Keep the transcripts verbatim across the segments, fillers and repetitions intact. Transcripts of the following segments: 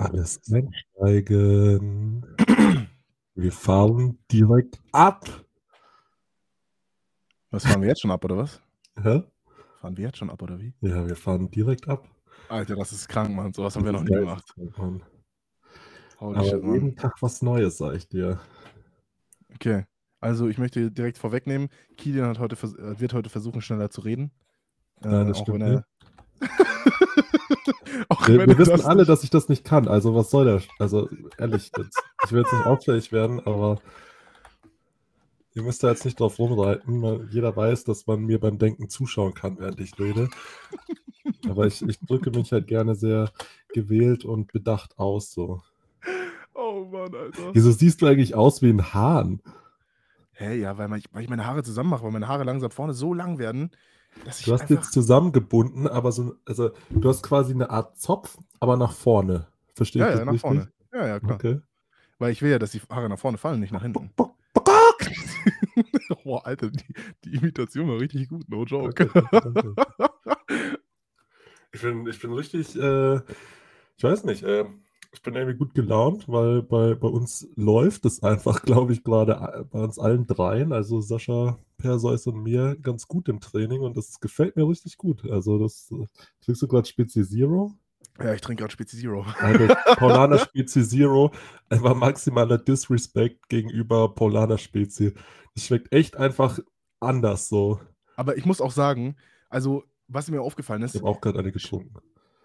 Alles einsteigen. Wir fahren direkt ab. Was, fahren wir jetzt schon ab, oder was? Hä? Fahren wir jetzt schon ab, oder wie? Ja, wir fahren direkt ab. Alter, das ist krank, Mann. Sowas haben wir Das noch ist nie geil, gemacht. Mann. Holy Aber shit, Mann. jeden Tag was Neues, sag ich dir. Okay, also ich möchte direkt vorwegnehmen, Kilian hat heute vers- äh, wird heute versuchen, schneller zu reden. Äh, Nein, das auch stimmt wenn er... auch Wir, wenn wir er wissen das alle, nicht... dass ich das nicht kann. Also was soll der? Also ehrlich, jetzt, ich will jetzt nicht auffällig werden, aber ihr müsst da jetzt nicht drauf rumreiten. weil Jeder weiß, dass man mir beim Denken zuschauen kann, während ich rede. Aber ich, ich drücke mich halt gerne sehr gewählt und bedacht aus. So. Oh Mann, Alter. Wieso siehst du eigentlich aus wie ein Hahn? Hä, hey, ja, weil, man, weil ich meine Haare zusammen mache, weil meine Haare langsam vorne so lang werden, dass ich Du hast einfach... jetzt zusammengebunden, aber so, also du hast quasi eine Art Zopf, aber nach vorne. Verstehe Ja, ich ja, das nach richtig? vorne. Ja, ja, klar. Okay. Weil ich will ja, dass die Haare nach vorne fallen, nicht nach hinten. Boah, Alter, die, die Imitation war richtig gut, no joke. Danke, danke. Ich bin, ich bin richtig, äh, ich weiß nicht, äh, ich bin irgendwie gut gelaunt, weil bei, bei uns läuft es einfach, glaube ich, gerade bei uns allen dreien, also Sascha, Perseus und mir, ganz gut im Training und das gefällt mir richtig gut. Also das, äh, trinkst du gerade Spezi Zero? Ja, ich trinke gerade Spezi Zero. Alter, Paulaner Spezi Zero, einfach maximaler Disrespect gegenüber Paulaner Spezi. Das schmeckt echt einfach anders so. Aber ich muss auch sagen, also, was mir aufgefallen Ich ist. habe auch gerade eine getrunken.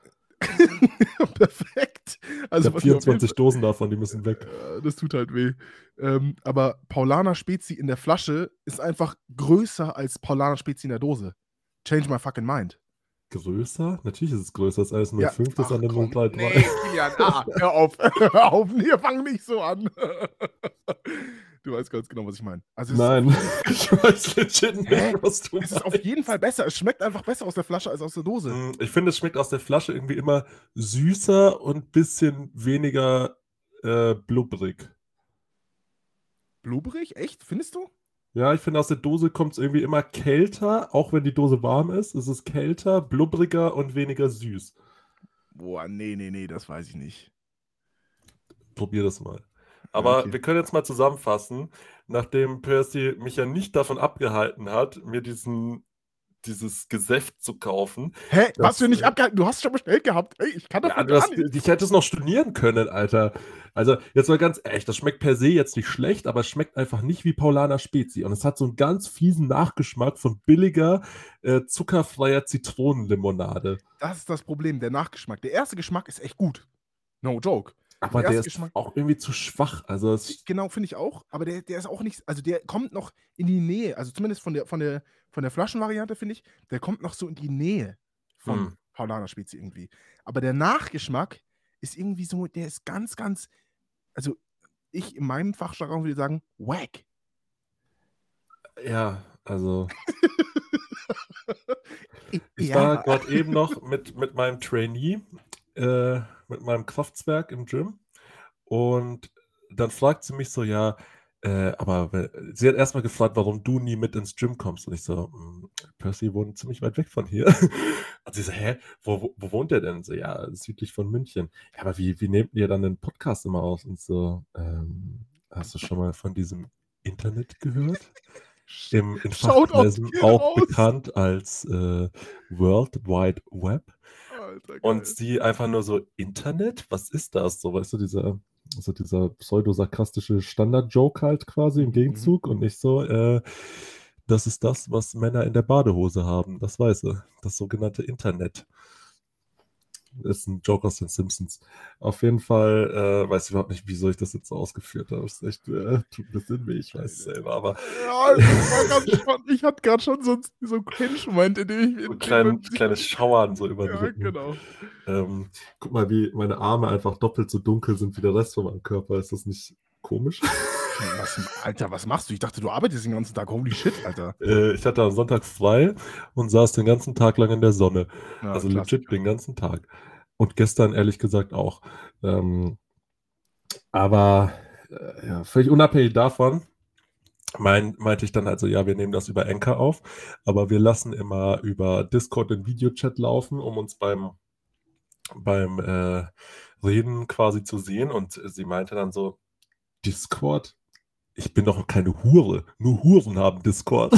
Perfekt. Also, ich habe vierundzwanzig Dosen davon, die müssen weg. Äh, das tut halt weh. Ähm, aber Paulaner Spezi in der Flasche ist einfach größer als Paulaner Spezi in der Dose. Change my fucking mind. Größer? Natürlich ist es größer. Das ist null Komma fünf, ja, das andere null Komma drei. Nee, Kilian, ah, hör auf. Hör auf, wir fangen nicht so an. Du weißt ganz genau, was ich meine. Also Nein, ich weiß legit nicht, Hä? was du Es ist auf jeden Fall besser. Es schmeckt einfach besser aus der Flasche als aus der Dose. Ich finde, es schmeckt aus der Flasche irgendwie immer süßer und ein bisschen weniger äh, blubberig. Blubberig? Echt? Findest du? Ja, ich finde, aus der Dose kommt es irgendwie immer kälter, auch wenn die Dose warm ist. Es ist kälter, blubbriger und weniger süß. Boah, nee, nee, nee, das weiß ich nicht. Probier das mal. Aber okay. wir können jetzt mal zusammenfassen, nachdem Percy mich ja nicht davon abgehalten hat, mir diesen, dieses Gesäft zu kaufen. Hä? Das, Hast du nicht abgehalten? Du hast schon bestellt gehabt. Ey, ich kann davon ja, du gar hast, nicht. ich hätte es noch studieren können, Alter. Also, jetzt mal ganz ehrlich, das schmeckt per se jetzt nicht schlecht, aber es schmeckt einfach nicht wie Paulaner Spezi. Und es hat so einen ganz fiesen Nachgeschmack von billiger, äh, zuckerfreier Zitronenlimonade. Das ist das Problem, der Nachgeschmack. Der erste Geschmack ist echt gut. No joke. Aber der, der erste ist Geschmack, auch irgendwie zu schwach. Also es, genau, finde ich auch. Aber der, der ist auch nicht, also der kommt noch in die Nähe. Also zumindest von der, von der, von der Flaschenvariante, finde ich, der kommt noch so in die Nähe von Hm. Paulaner Spezi irgendwie. Aber der Nachgeschmack ist irgendwie so, der ist ganz, ganz, also ich in meinem Fachjargon würde sagen, wack. ja, also ich Ja. war gerade eben noch mit, mit meinem Trainee, äh, mit meinem Kraftswerk im Gym und dann fragt sie mich so, ja, äh, aber we- sie hat erstmal gefragt, warum du nie mit ins Gym kommst und ich so, "Mm, Percy wohnt ziemlich weit weg von hier." Und sie so, hä, wo, wo, wo wohnt der denn? So, ja, südlich von München. Ja, aber wie, wie nehmt ihr dann den Podcast immer aus? Und so, ähm, hast du schon mal von diesem Internet gehört? Im, in Shoutout Fachkreisen geht auch raus. bekannt als äh, World Wide Web. Alter, geil. Und sie einfach nur so, Internet? Was ist das? So, weißt du, dieser, also dieser pseudo-sarkastische Standard-Joke halt quasi im Mhm, Gegenzug. Und nicht so, äh, das ist das, was Männer in der Badehose haben. Das weiß sie. Das sogenannte Internet. Das ist ein Joke aus den Simpsons. Auf jeden Fall äh, weiß ich überhaupt nicht, wieso ich das jetzt so ausgeführt habe. Das ist echt, äh, tut ein bisschen weh, ich weiß es selber, aber Ja, ich war ganz spannend. Ich hatte gerade schon so, so einen Cringe-Moment, in dem ich... so In ein klein, dem, kleines Schauern so über den ja, Rücken. genau. Ähm, guck mal, wie meine Arme einfach doppelt so dunkel sind wie der Rest von meinem Körper. Ist das nicht komisch? Was, Alter, was machst du? Ich dachte, du arbeitest den ganzen Tag. Holy shit, Alter. Äh, ich hatte am Sonntag frei und saß den ganzen Tag lang in der Sonne. Ja, also Klassiker. legit den ganzen Tag. Und gestern ehrlich gesagt auch. Ähm, aber äh, ja, völlig unabhängig davon mein, meinte ich dann also, ja, wir nehmen das über Anchor auf, aber wir lassen immer über Discord den Videochat laufen, um uns beim, beim äh, Reden quasi zu sehen und sie meinte dann so, Discord? Ich bin doch keine Hure. Nur Huren haben Discord.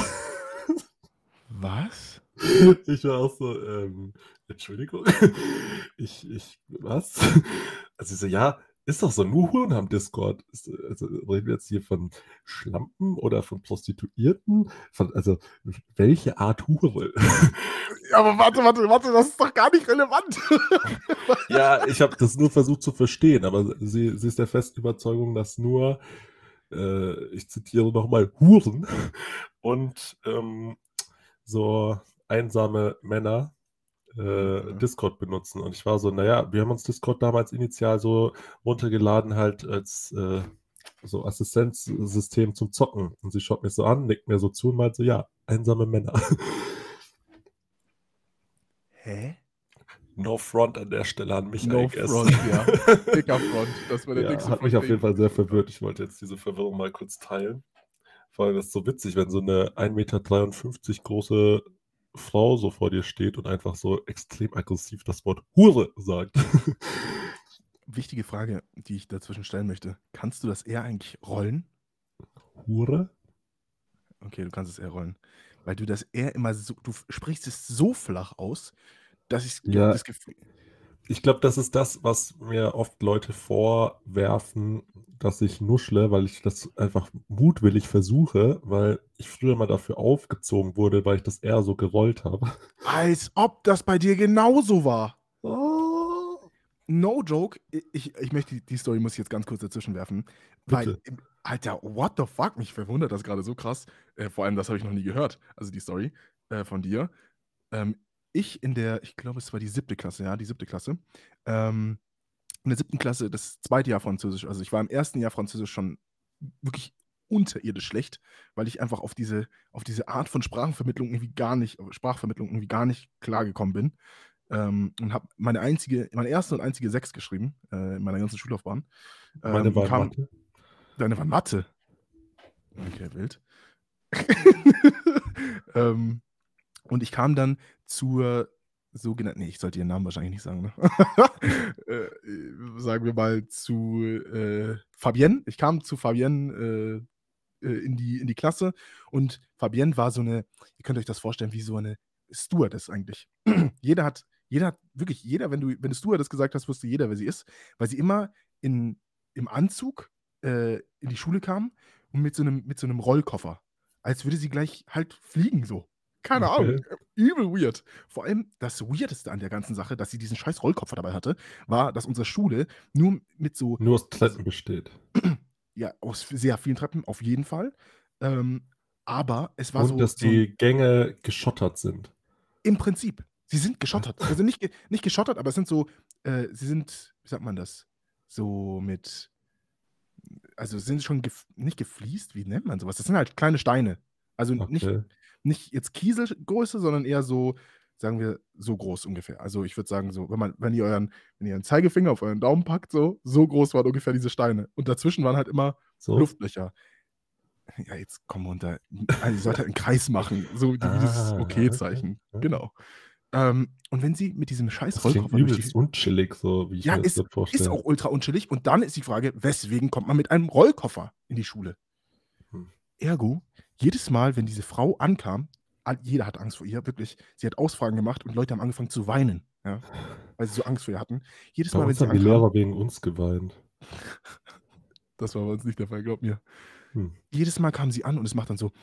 Was? Ich war auch so, ähm, Entschuldigung. Ich, ich, was? Also ich so, ja, ist doch so, nur Huren haben Discord. Ist, also reden wir jetzt hier von Schlampen oder von Prostituierten? Von, also, welche Art Hure? Aber warte, warte, warte, das ist doch gar nicht relevant. Ja, ich habe das nur versucht zu verstehen, aber sie, sie ist der festen Überzeugung, dass nur, äh, ich zitiere nochmal, Huren und ähm, so einsame Männer äh, Discord benutzen. Und ich war so, naja, wir haben uns Discord damals initial so runtergeladen, halt als äh, so Assistenzsystem zum Zocken. Und sie schaut mich so an, nickt mir so zu und meint so, ja, einsame Männer. Hä? No front an der Stelle an mich, No I guess. front, ja. Dicker Front. Das war der Ja, dickste hat mich Front, auf jeden den Fall ich- sehr verwirrt. Ich wollte jetzt diese Verwirrung mal kurz teilen. Vor allem ist es so witzig, wenn so eine ein Meter dreiundfünfzig große Frau so vor dir steht und einfach so extrem aggressiv das Wort Hure sagt. Wichtige Frage, die ich dazwischen stellen möchte. Kannst du das eher eigentlich rollen? Hure? Okay, du kannst es eher rollen. Weil du das eher immer so, du sprichst es so flach aus, dass ich Ja. das Gefühl. Ich glaube, das ist das, was mir oft Leute vorwerfen, dass ich nuschle, weil ich das einfach mutwillig versuche, weil ich früher mal dafür aufgezogen wurde, weil ich das eher so gerollt habe. Als ob das bei dir genauso war. Oh. No joke, ich, ich möchte, die- die Story muss ich jetzt ganz kurz dazwischen werfen, weil, Bitte. Alter, what the fuck, mich verwundert das gerade so krass. Äh, vor allem, das habe ich noch nie gehört, also die Story äh, von dir. Ähm, ich in der, ich glaube, es war die siebte Klasse, ja, die siebte Klasse. Ähm, in der siebten Klasse, das zweite Jahr Französisch, also ich war im ersten Jahr Französisch schon wirklich unterirdisch schlecht, weil ich einfach auf diese, auf diese Art von Sprachenvermittlung irgendwie gar nicht, Sprachvermittlung irgendwie gar nicht klargekommen bin. Ähm, und habe meine einzige, meine erste und einzige Sechs geschrieben äh, in meiner ganzen Schullaufbahn. Meine Ähm, war und in kam, Mathe. Deine war Mathe. Okay, wild. ähm, und ich kam dann zur sogenannten, nee, ich sollte ihren Namen wahrscheinlich nicht sagen, ne? äh, äh, sagen wir mal zu äh, Fabienne. Ich kam zu Fabienne äh, äh, in, die, in die Klasse und Fabienne war so eine, ihr könnt euch das vorstellen, wie so eine Stewardess eigentlich. jeder hat, jeder hat, wirklich jeder, wenn du, wenn du Stewardess gesagt hast, wusste jeder, wer sie ist, weil sie immer in, im Anzug äh, in die Schule kam und mit so einem, mit so einem Rollkoffer. Als würde sie gleich halt fliegen, so. Keine Okay. Ahnung. Übel weird. Vor allem das Weirdeste an der ganzen Sache, dass sie diesen scheiß Rollkoffer dabei hatte, war, dass unsere Schule nur mit so, Nur aus Treppen besteht. ja, aus sehr vielen Treppen, auf jeden Fall. Ähm, aber es war Und so, dass so ein, die Gänge geschottert sind. im Prinzip. Sie sind geschottert. Also nicht, ge- nicht geschottert, aber es sind so, äh, sie sind, wie sagt man das? So mit, also sind schon gef nicht gefliest, wie nennt man sowas? Das sind halt kleine Steine. Also nicht, Okay. nicht jetzt Kieselgröße, sondern eher so, sagen wir, so groß ungefähr. Also ich würde sagen, so, wenn man, wenn ihr euren, wenn ihr einen Zeigefinger auf euren Daumen packt, so, so groß waren ungefähr diese Steine. Und dazwischen waren halt immer So. Luftlöcher. Ja, jetzt komm runter. Also ihr sollt halt einen Kreis machen, so wie dieses Ah, Okay-Zeichen. okay. Genau. Ähm, und wenn sie mit diesem scheiß Das klingt Rollkoffer durch übelst die. unchillig, so wie ich Ja, mir das ist, gerade ist vorstelle. auch ultra unchillig. Und dann ist die Frage, weswegen kommt man mit einem Rollkoffer in die Schule? Hm. Ergo, jedes Mal, wenn diese Frau ankam, all- jeder hat Angst vor ihr, wirklich. Sie hat Ausfragen gemacht und Leute haben angefangen zu weinen, ja, weil sie so Angst vor ihr hatten. Jedes Bei Mal, wenn uns sie haben die ankam, Lehrer wegen uns geweint. das war bei uns nicht der Fall, glaub mir. Hm. Jedes Mal kam sie an und es macht dann so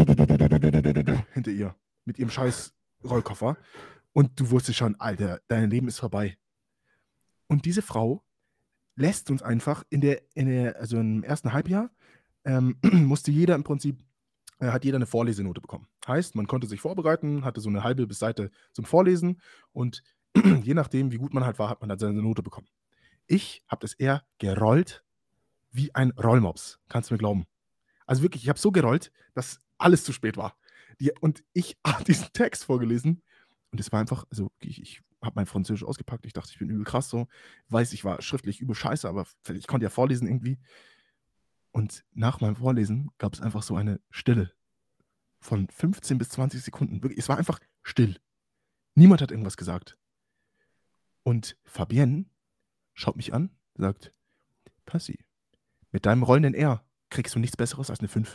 hinter ihr mit ihrem scheiß Rollkoffer. Und du wusstest schon, Alter, dein Leben ist vorbei. Und diese Frau lässt uns einfach in der, in der, also im ersten Halbjahr, ähm, musste jeder im Prinzip, äh, hat jeder eine Vorlesenote bekommen. Heißt, man konnte sich vorbereiten, hatte so eine halbe bis Seite zum Vorlesen und je nachdem, wie gut man halt war, hat man dann seine Note bekommen. Ich habe das eher gerollt wie ein Rollmops, kannst du mir glauben. Also wirklich, ich habe so gerollt, dass alles zu spät war. Die, und ich habe diesen Text vorgelesen und es war einfach, also ich, ich habe mein Französisch ausgepackt, ich dachte, ich bin übel krass so, weiß, ich war schriftlich übel scheiße, aber ich konnte ja vorlesen irgendwie. Und nach meinem Vorlesen gab es einfach so eine Stille von fünfzehn bis zwanzig Sekunden. Wirklich, es war einfach still. Niemand hat irgendwas gesagt. Und Fabienne schaut mich an, sagt, Passi, mit deinem rollenden R kriegst du nichts Besseres als eine fünf.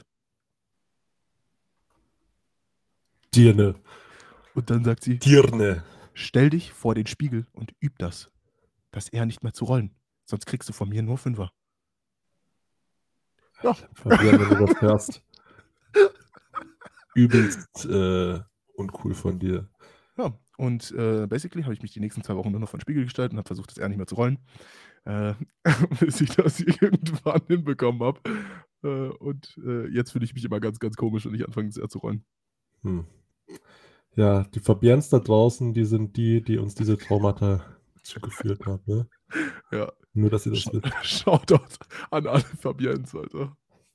Dirne. Und dann sagt sie, Dirne. stell dich vor den Spiegel und üb das, das R nicht mehr zu rollen. Sonst kriegst du von mir nur Fünfer. Ja. Fabian, wenn du das hörst. Übelst äh, uncool von dir. Ja, und äh, basically habe ich mich die nächsten zwei Wochen nur noch vor den Spiegel gestellt und habe versucht, das R nicht mehr zu rollen, äh, bis ich das irgendwann hinbekommen habe. Äh, und äh, jetzt fühle ich mich immer ganz, ganz komisch, wenn ich anfange, das R zu rollen. Hm. Ja, die Fabians da draußen, die sind die, die uns diese Traumata zugeführt haben. Ne? Ja. Nur, dass ihr das Sch wisst. Shoutout an alle Fabians, Alter.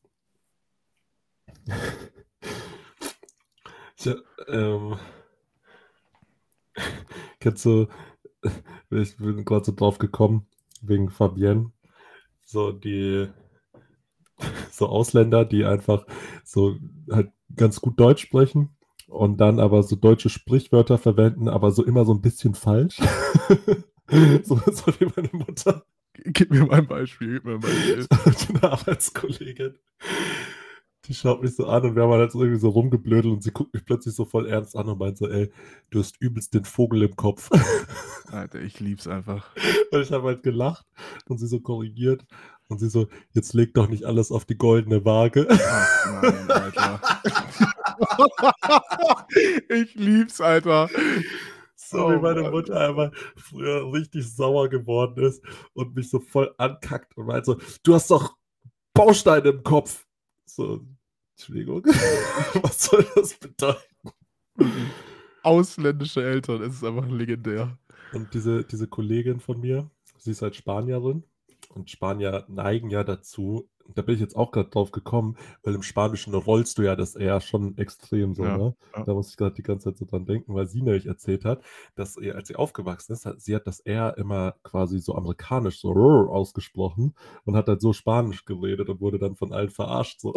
Ich, ähm, kennst du, ich bin gerade so drauf gekommen, wegen Fabienne, so die, so Ausländer, die einfach so halt ganz gut Deutsch sprechen und dann aber so deutsche Sprichwörter verwenden, aber so immer so ein bisschen falsch. so, so wie meine Mutter. Gib mir mal ein Beispiel, gib mir ein Beispiel. Eine Arbeitskollegin. Die schaut mich so an und wir haben halt so irgendwie so rumgeblödelt und sie guckt mich plötzlich so voll ernst an und meint so, ey, du hast übelst den Vogel im Kopf. Alter, ich lieb's einfach. Und ich habe halt gelacht und sie so korrigiert und sie so, jetzt leg doch nicht alles auf die goldene Waage. Ach nein, Alter. Ich lieb's, Alter. So wie meine Mutter einmal früher richtig sauer geworden ist und mich so voll ankackt und meint so, du hast doch Bausteine im Kopf. So, Entschuldigung. Was soll das bedeuten? Ausländische Eltern, es ist einfach legendär. Und diese, diese Kollegin von mir, sie ist halt Spanierin und Spanier neigen ja dazu, da bin ich jetzt auch gerade drauf gekommen, weil im Spanischen rollst du ja das eher schon extrem so, Ja, ne? ja. Da muss ich gerade die ganze Zeit so dran denken, weil sie nämlich erzählt hat, dass ihr, als sie aufgewachsen ist, hat, sie hat das eher immer quasi so amerikanisch so ausgesprochen und hat halt so Spanisch geredet und wurde dann von allen verarscht so.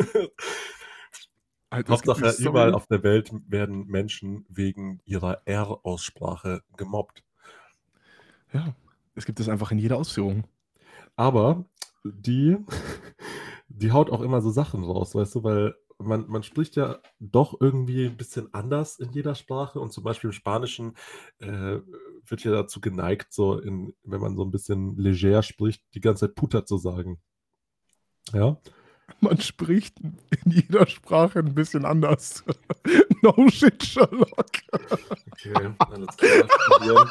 Alter, es gibt Hauptsache, eine Story. überall auf der Welt werden Menschen wegen ihrer R-Aussprache gemobbt. Ja, es gibt das einfach in jeder Ausführung. Aber die, die haut auch immer so Sachen raus, weißt du, weil man, man spricht ja doch irgendwie ein bisschen anders in jeder Sprache und zum Beispiel im Spanischen äh, wird ja dazu geneigt, so in, wenn man so ein bisschen leger spricht, die ganze Zeit Puta zu sagen. Ja. Man spricht in jeder Sprache ein bisschen anders. No shit, Sherlock. Okay, alles klar.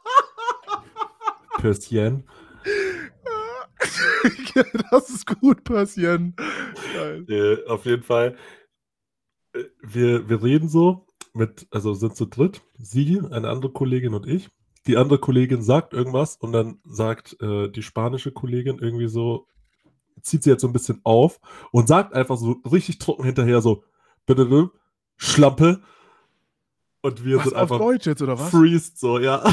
Pösschen. Das ist gut, Pösschen. Äh, auf jeden Fall. Äh, wir, wir reden so mit, also sind zu dritt. Sie, eine andere Kollegin und ich. Die andere Kollegin sagt irgendwas und dann sagt äh, die spanische Kollegin irgendwie so, zieht sie jetzt so ein bisschen auf und sagt einfach so richtig trocken hinterher so, bitte, Schlampe. Und wir was, sind auf einfach Deutsch jetzt, oder was? freezed so, ja.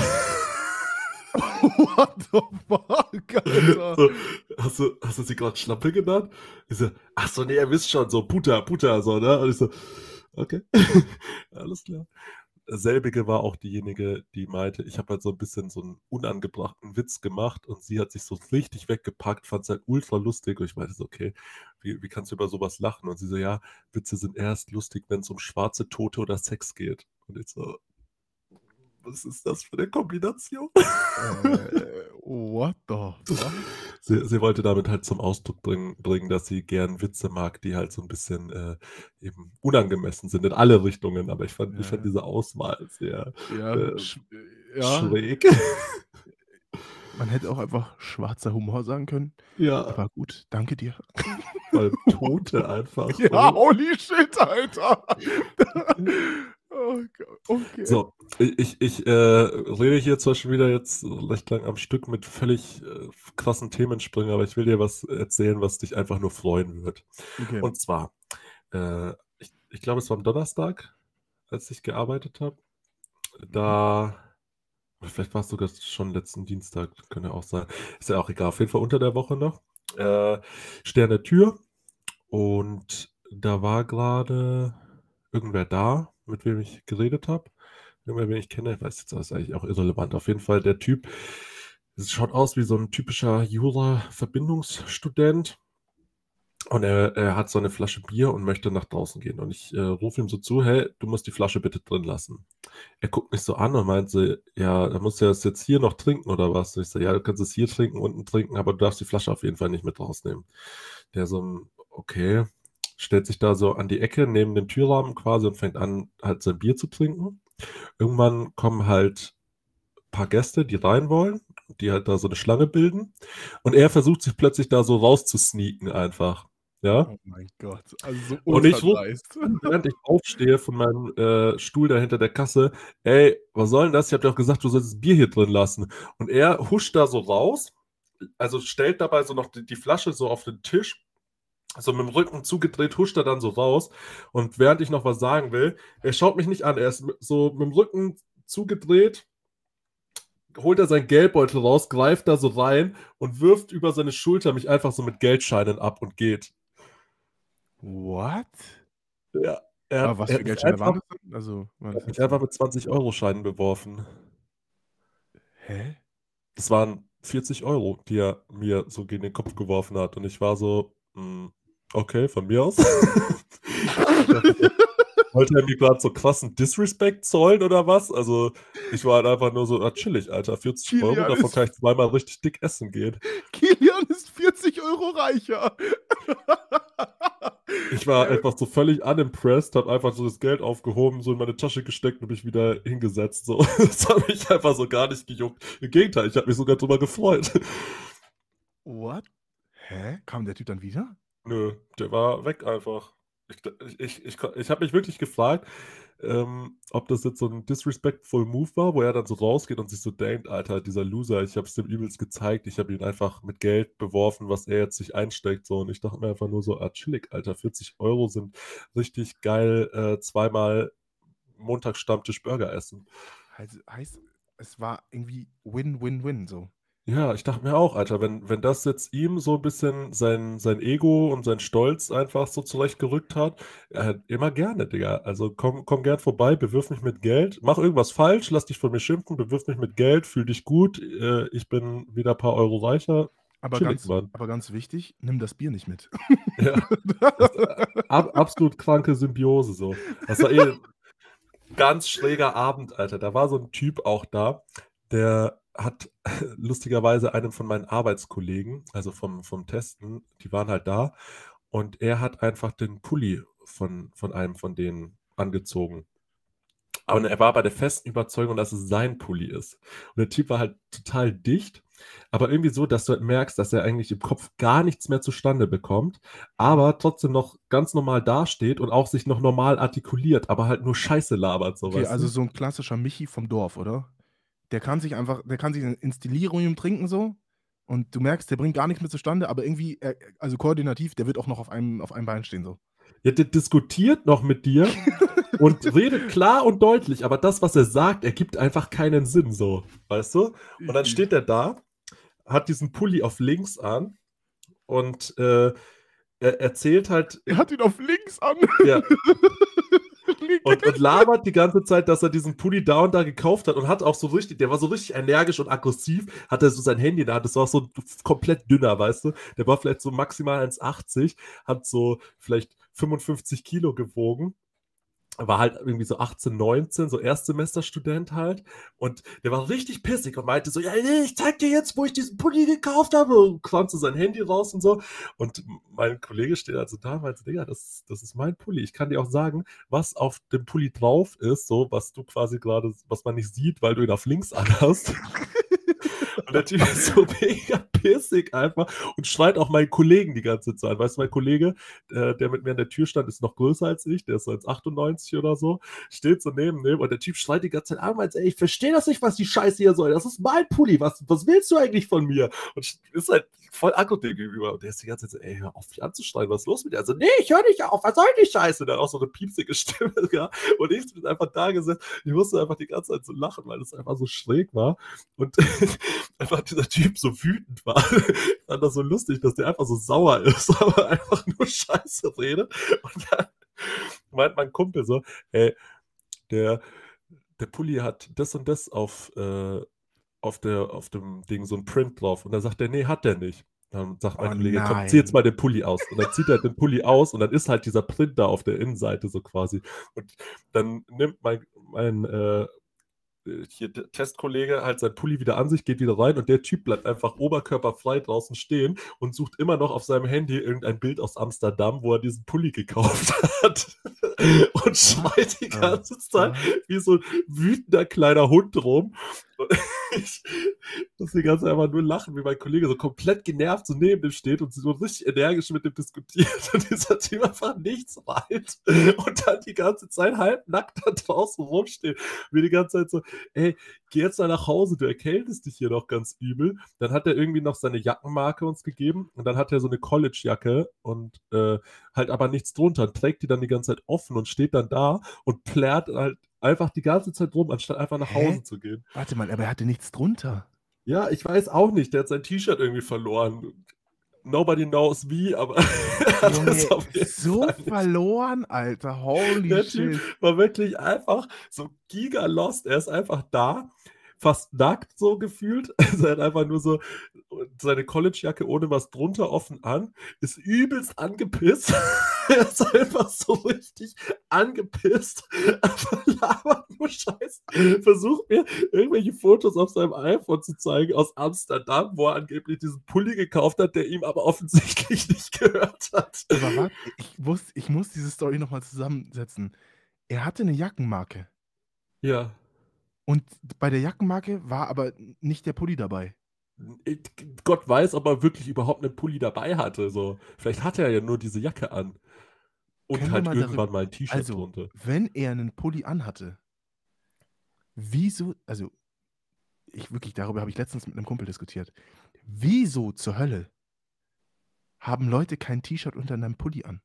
What the fuck, Alter? So, hast, du, hast du sie gerade Schlampe genannt? Ich so, ach so, nee, ihr wisst schon, so Puta, Puta, so, ne? Und ich so, okay, alles klar. Selbige war auch diejenige, die meinte, ich habe halt so ein bisschen so einen unangebrachten Witz gemacht und sie hat sich so richtig weggepackt, fand es halt ultra lustig und ich meinte so, okay, wie, wie kannst du über sowas lachen? Und sie so, ja, Witze sind erst lustig, wenn es um schwarze Tote oder Sex geht. Und ich so, was ist das für eine Kombination? Äh, what the fuck? Sie, sie wollte damit halt zum Ausdruck bringen, bringen, dass sie gern Witze mag, die halt so ein bisschen äh, eben unangemessen sind in alle Richtungen. Aber ich fand, Ja. ich fand diese Auswahl sehr Ja, äh, sch ja. schräg. Man hätte auch einfach schwarzer Humor sagen können. Ja. Aber gut, danke dir. Weil Tote einfach. Ja, holy shit, Alter. Oh Gott, okay. So, ich, ich äh, rede hier zwar schon wieder jetzt recht lang am Stück mit völlig äh, krassen Themensprüngen, aber ich will dir was erzählen, was dich einfach nur freuen wird. Okay. Und zwar, äh, ich, ich glaube, es war am Donnerstag, als ich gearbeitet habe. Da, oder vielleicht war es sogar schon letzten Dienstag, könnte auch sein. Ist ja auch egal, auf jeden Fall unter der Woche noch. Äh, stehe an der Tür und da war gerade irgendwer da, mit wem ich geredet habe. Irgendwer, den ich kenne, ich weiß jetzt, das ist eigentlich auch irrelevant. Auf jeden Fall, der Typ es schaut aus wie so ein typischer Jura-Verbindungsstudent. Und er, er hat so eine Flasche Bier und möchte nach draußen gehen. Und ich äh, rufe ihm so zu, hey, du musst die Flasche bitte drin lassen. Er guckt mich so an und meint so, ja, er muss ja das jetzt hier noch trinken oder was? Und ich so, ja, du kannst es hier trinken, unten trinken, aber du darfst die Flasche auf jeden Fall nicht mit rausnehmen. Der so, okay, stellt sich da so an die Ecke neben dem Türrahmen quasi und fängt an, halt sein Bier zu trinken. Irgendwann kommen halt ein paar Gäste, die rein wollen, die halt da so eine Schlange bilden. Und er versucht sich plötzlich da so rauszusneaken einfach. Ja. Oh mein Gott, also so Und ultra ich rufe, dreist. während ich aufstehe von meinem äh, Stuhl da hinter der Kasse, ey, was soll denn das? Ich habe dir auch gesagt, du sollst das Bier hier drin lassen. Und er huscht da so raus, also stellt dabei so noch die, die Flasche so auf den Tisch, so mit dem Rücken zugedreht, huscht er dann so raus. Und während ich noch was sagen will, er schaut mich nicht an, er ist so mit dem Rücken zugedreht, holt er seinen Geldbeutel raus, greift da so rein und wirft über seine Schulter mich einfach so mit Geldscheinen ab und geht. What? Ja, er Aber hat, was er für hat mich Geldscheine waren einfach, das denn? Also, waren er das hat mich jetzt so einfach mit zwanzig-Euro-Scheinen beworfen. hä? Das waren vierzig Euro, die er mir so gegen den Kopf geworfen hat. Und ich war so, hm, okay, von mir aus. Ich dachte so, wollte er mir gerade so krassen Disrespect zollen oder was? Also, ich war halt einfach nur so, ah, chillig, Alter, vierzig Euro, Kilian davon ist kann ich zweimal richtig dick essen gehen. Kilian ist vierzig Euro reicher. Ich war Hä? einfach so völlig unimpressed, habe einfach so das Geld aufgehoben, so in meine Tasche gesteckt und mich wieder hingesetzt. So. Das hat mich einfach so gar nicht gejuckt. Im Gegenteil, ich habe mich sogar drüber gefreut. What? Hä? Kam der Typ dann wieder? Nö, der war weg einfach. Ich, ich, ich, ich, ich habe mich wirklich gefragt, ähm, ob das jetzt so ein disrespectful Move war, wo er dann so rausgeht und sich so denkt, Alter, dieser Loser, ich habe es dem übelst gezeigt, ich habe ihn einfach mit Geld beworfen, was er jetzt sich einsteckt. So. Und ich dachte mir einfach nur so, ah, chillig, Alter, vierzig Euro sind richtig geil, äh, zweimal Montagsstammtisch Burger essen. Heißt, heißt, es war irgendwie Win-Win-Win so. Ja, ich dachte mir auch, Alter, wenn, wenn das jetzt ihm so ein bisschen sein, sein Ego und sein Stolz einfach so zurechtgerückt hat, äh, immer gerne, Digga. Also komm, komm gern vorbei, bewirf mich mit Geld, mach irgendwas falsch, lass dich von mir schimpfen, bewirf mich mit Geld, fühl dich gut, äh, ich bin wieder ein paar Euro reicher. Aber Chillig, ganz, Mann. aber ganz wichtig, nimm das Bier nicht mit. Ja, das, äh, ab, absolut kranke Symbiose so. Das war eh ein ganz schräger Abend, Alter. Da war so ein Typ auch da, der hat lustigerweise einen von meinen Arbeitskollegen, also vom, vom Testen, die waren halt da und er hat einfach den Pulli von, von einem von denen angezogen. Aber er war bei der festen Überzeugung, dass es sein Pulli ist. Und der Typ war halt total dicht, aber irgendwie so, dass du halt merkst, dass er eigentlich im Kopf gar nichts mehr zustande bekommt, aber trotzdem noch ganz normal dasteht und auch sich noch normal artikuliert, aber halt nur Scheiße labert, so Okay, weißt also du? so ein klassischer Michi vom Dorf, oder? Der kann sich einfach, der kann sich ins Delirium trinken so und du merkst, der bringt gar nichts mehr zustande, aber irgendwie, er, also koordinativ, der wird auch noch auf einem, auf einem Bein stehen so. Ja, der diskutiert noch mit dir und redet klar und deutlich, aber das, was er sagt, ergibt einfach keinen Sinn, so, weißt du? Und dann steht er da, hat diesen Pulli auf links an und äh, er erzählt halt, Er hat ihn auf links an. ja, und, und labert die ganze Zeit, dass er diesen Pulli da und da gekauft hat und hat auch so richtig, der war so richtig energisch und aggressiv, hatte so sein Handy in der Hand, das war so ein komplett dünner, weißt du? Der war vielleicht so maximal eins achtzig, hat so vielleicht fünfundfünfzig Kilo gewogen. War halt irgendwie so achtzehn, neunzehn, so Erstsemesterstudent halt. Und der war richtig pissig und meinte so, ja, nee, ich zeig dir jetzt, wo ich diesen Pulli gekauft habe. Und kramte sein Handy raus und so. Und mein Kollege steht also da und meinte, Digga, das, das ist mein Pulli. Ich kann dir auch sagen, was auf dem Pulli drauf ist, so, was du quasi gerade, was man nicht sieht, weil du ihn auf links anhast. Und der Typ ist so mega pissig einfach und schreit auch meinen Kollegen die ganze Zeit. Weißt du, mein Kollege, äh, der mit mir an der Tür stand, ist noch größer als ich, der ist so eins achtundneunzig oder so, steht so neben dem und der Typ schreit die ganze Zeit an, meint, ey, ich verstehe das nicht, was die Scheiße hier soll. Das ist mein Pulli, was, was willst du eigentlich von mir? Und ist halt voll aggro dem gegenüber. Und der ist die ganze Zeit so, ey, hör auf, mich anzuschreien, was ist los mit dir? Also, nee, ich höre nicht auf, was soll die Scheiße? Der hat auch so eine piepsige Stimme, ja. Und ich bin einfach da gesessen, ich musste einfach die ganze Zeit so lachen, weil es einfach so schräg war. Und einfach dieser Typ so wütend war. Ich fand das so lustig, dass der einfach so sauer ist, aber einfach nur Scheiße redet. Und dann meint mein Kumpel so, ey, der, der Pulli hat das und das auf, äh, auf, der, auf dem Ding so ein Print drauf. Und dann sagt er, nee, hat der nicht. Dann sagt mein Oh Kollege, komm, zieh jetzt nein. mal den Pulli aus. Und dann zieht er den Pulli aus und dann ist halt dieser Print da auf der Innenseite so quasi. Und dann nimmt mein, mein äh, hier der Testkollege halt sein Pulli wieder an sich, geht wieder rein und der Typ bleibt einfach oberkörperfrei draußen stehen und sucht immer noch auf seinem Handy irgendein Bild aus Amsterdam, wo er diesen Pulli gekauft hat und schreit die ganze Zeit wie so ein wütender kleiner Hund rum. Und ich muss die ganze Zeit einfach nur lachen, wie mein Kollege so komplett genervt so neben dem steht und so richtig energisch mit dem diskutiert und dieser Typ einfach nichts weiß und dann die ganze Zeit halbnackt da draußen rumsteht. Mir die ganze Zeit so, ey, geh jetzt mal nach Hause, du erkältest dich hier noch ganz übel. Dann hat er irgendwie noch seine Jackenmarke uns gegeben und dann hat er so eine College-Jacke und äh, halt aber nichts drunter und trägt die dann die ganze Zeit offen und steht dann da und plärt halt einfach die ganze Zeit rum, anstatt einfach nach Hä? Hause zu gehen. Warte mal, aber er hatte nichts drunter. Ja, ich weiß auch nicht, der hat sein T-Shirt irgendwie verloren. Nobody knows wie, aber er hat Junge, es auf jeden so Fall nicht. verloren, Alter. Holy Der shit. Typ war wirklich einfach so giga lost. Er ist einfach da, fast nackt so gefühlt. Also er hat einfach nur so seine College-Jacke ohne was drunter offen an, ist übelst angepisst. Er ist einfach so richtig angepisst. Aber labert nur Scheiße. Versucht mir irgendwelche Fotos auf seinem iPhone zu zeigen aus Amsterdam, wo er angeblich diesen Pulli gekauft hat, der ihm aber offensichtlich nicht gehört hat. Aber warte, ich muss, ich muss diese Story nochmal zusammensetzen. Er hatte eine Jackenmarke. Ja. Und bei der Jackenmarke war aber nicht der Pulli dabei. Gott weiß, ob er wirklich überhaupt einen Pulli dabei hatte. So. Vielleicht hatte er ja nur diese Jacke an. Und Können wir halt mal irgendwann darüber- mal ein T-Shirt Also, drunter. wenn er einen Pulli anhatte, wieso, also, ich wirklich, darüber habe ich letztens mit einem Kumpel diskutiert. Wieso zur Hölle haben Leute kein T-Shirt unter einem Pulli an?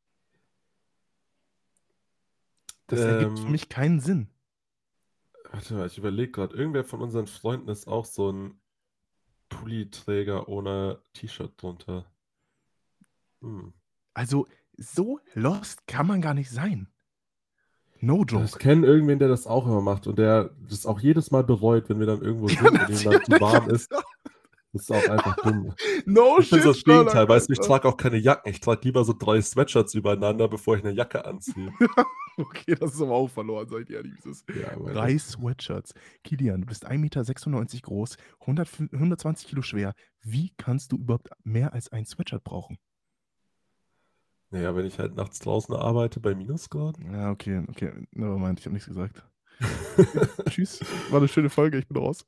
Das ergibt für Ähm, mich keinen Sinn. Warte mal, ich überlege gerade. Irgendwer von unseren Freunden ist auch so ein Pulliträger ohne T-Shirt drunter. Hm. Also, so lost kann man gar nicht sein. No Ich joke. kenne irgendwen, der das auch immer macht und der das auch jedes Mal bereut, wenn wir dann irgendwo Ja, sind und ihm dann zu natürlich, warm ist. Alter. Das ist auch einfach dumm. No Ich bin so das shit, Gegenteil, Sherlock, weißt du, ich Alter. trage auch keine Jacken. Ich trage lieber so drei Sweatshirts übereinander, bevor ich eine Jacke anziehe. Okay, das ist aber auch verloren, seid ihr ehrlich. Das Ja, mein Drei Gott. Sweatshirts. Kilian, du bist ein Meter sechsundneunzig groß, hundert, hundertzwanzig Kilo schwer. Wie kannst du überhaupt mehr als ein Sweatshirt brauchen? Naja, wenn ich halt nachts draußen arbeite bei Minusgraden. Ja, okay, okay. Nevermind, ich habe nichts gesagt. Tschüss. War eine schöne Folge, ich bin raus.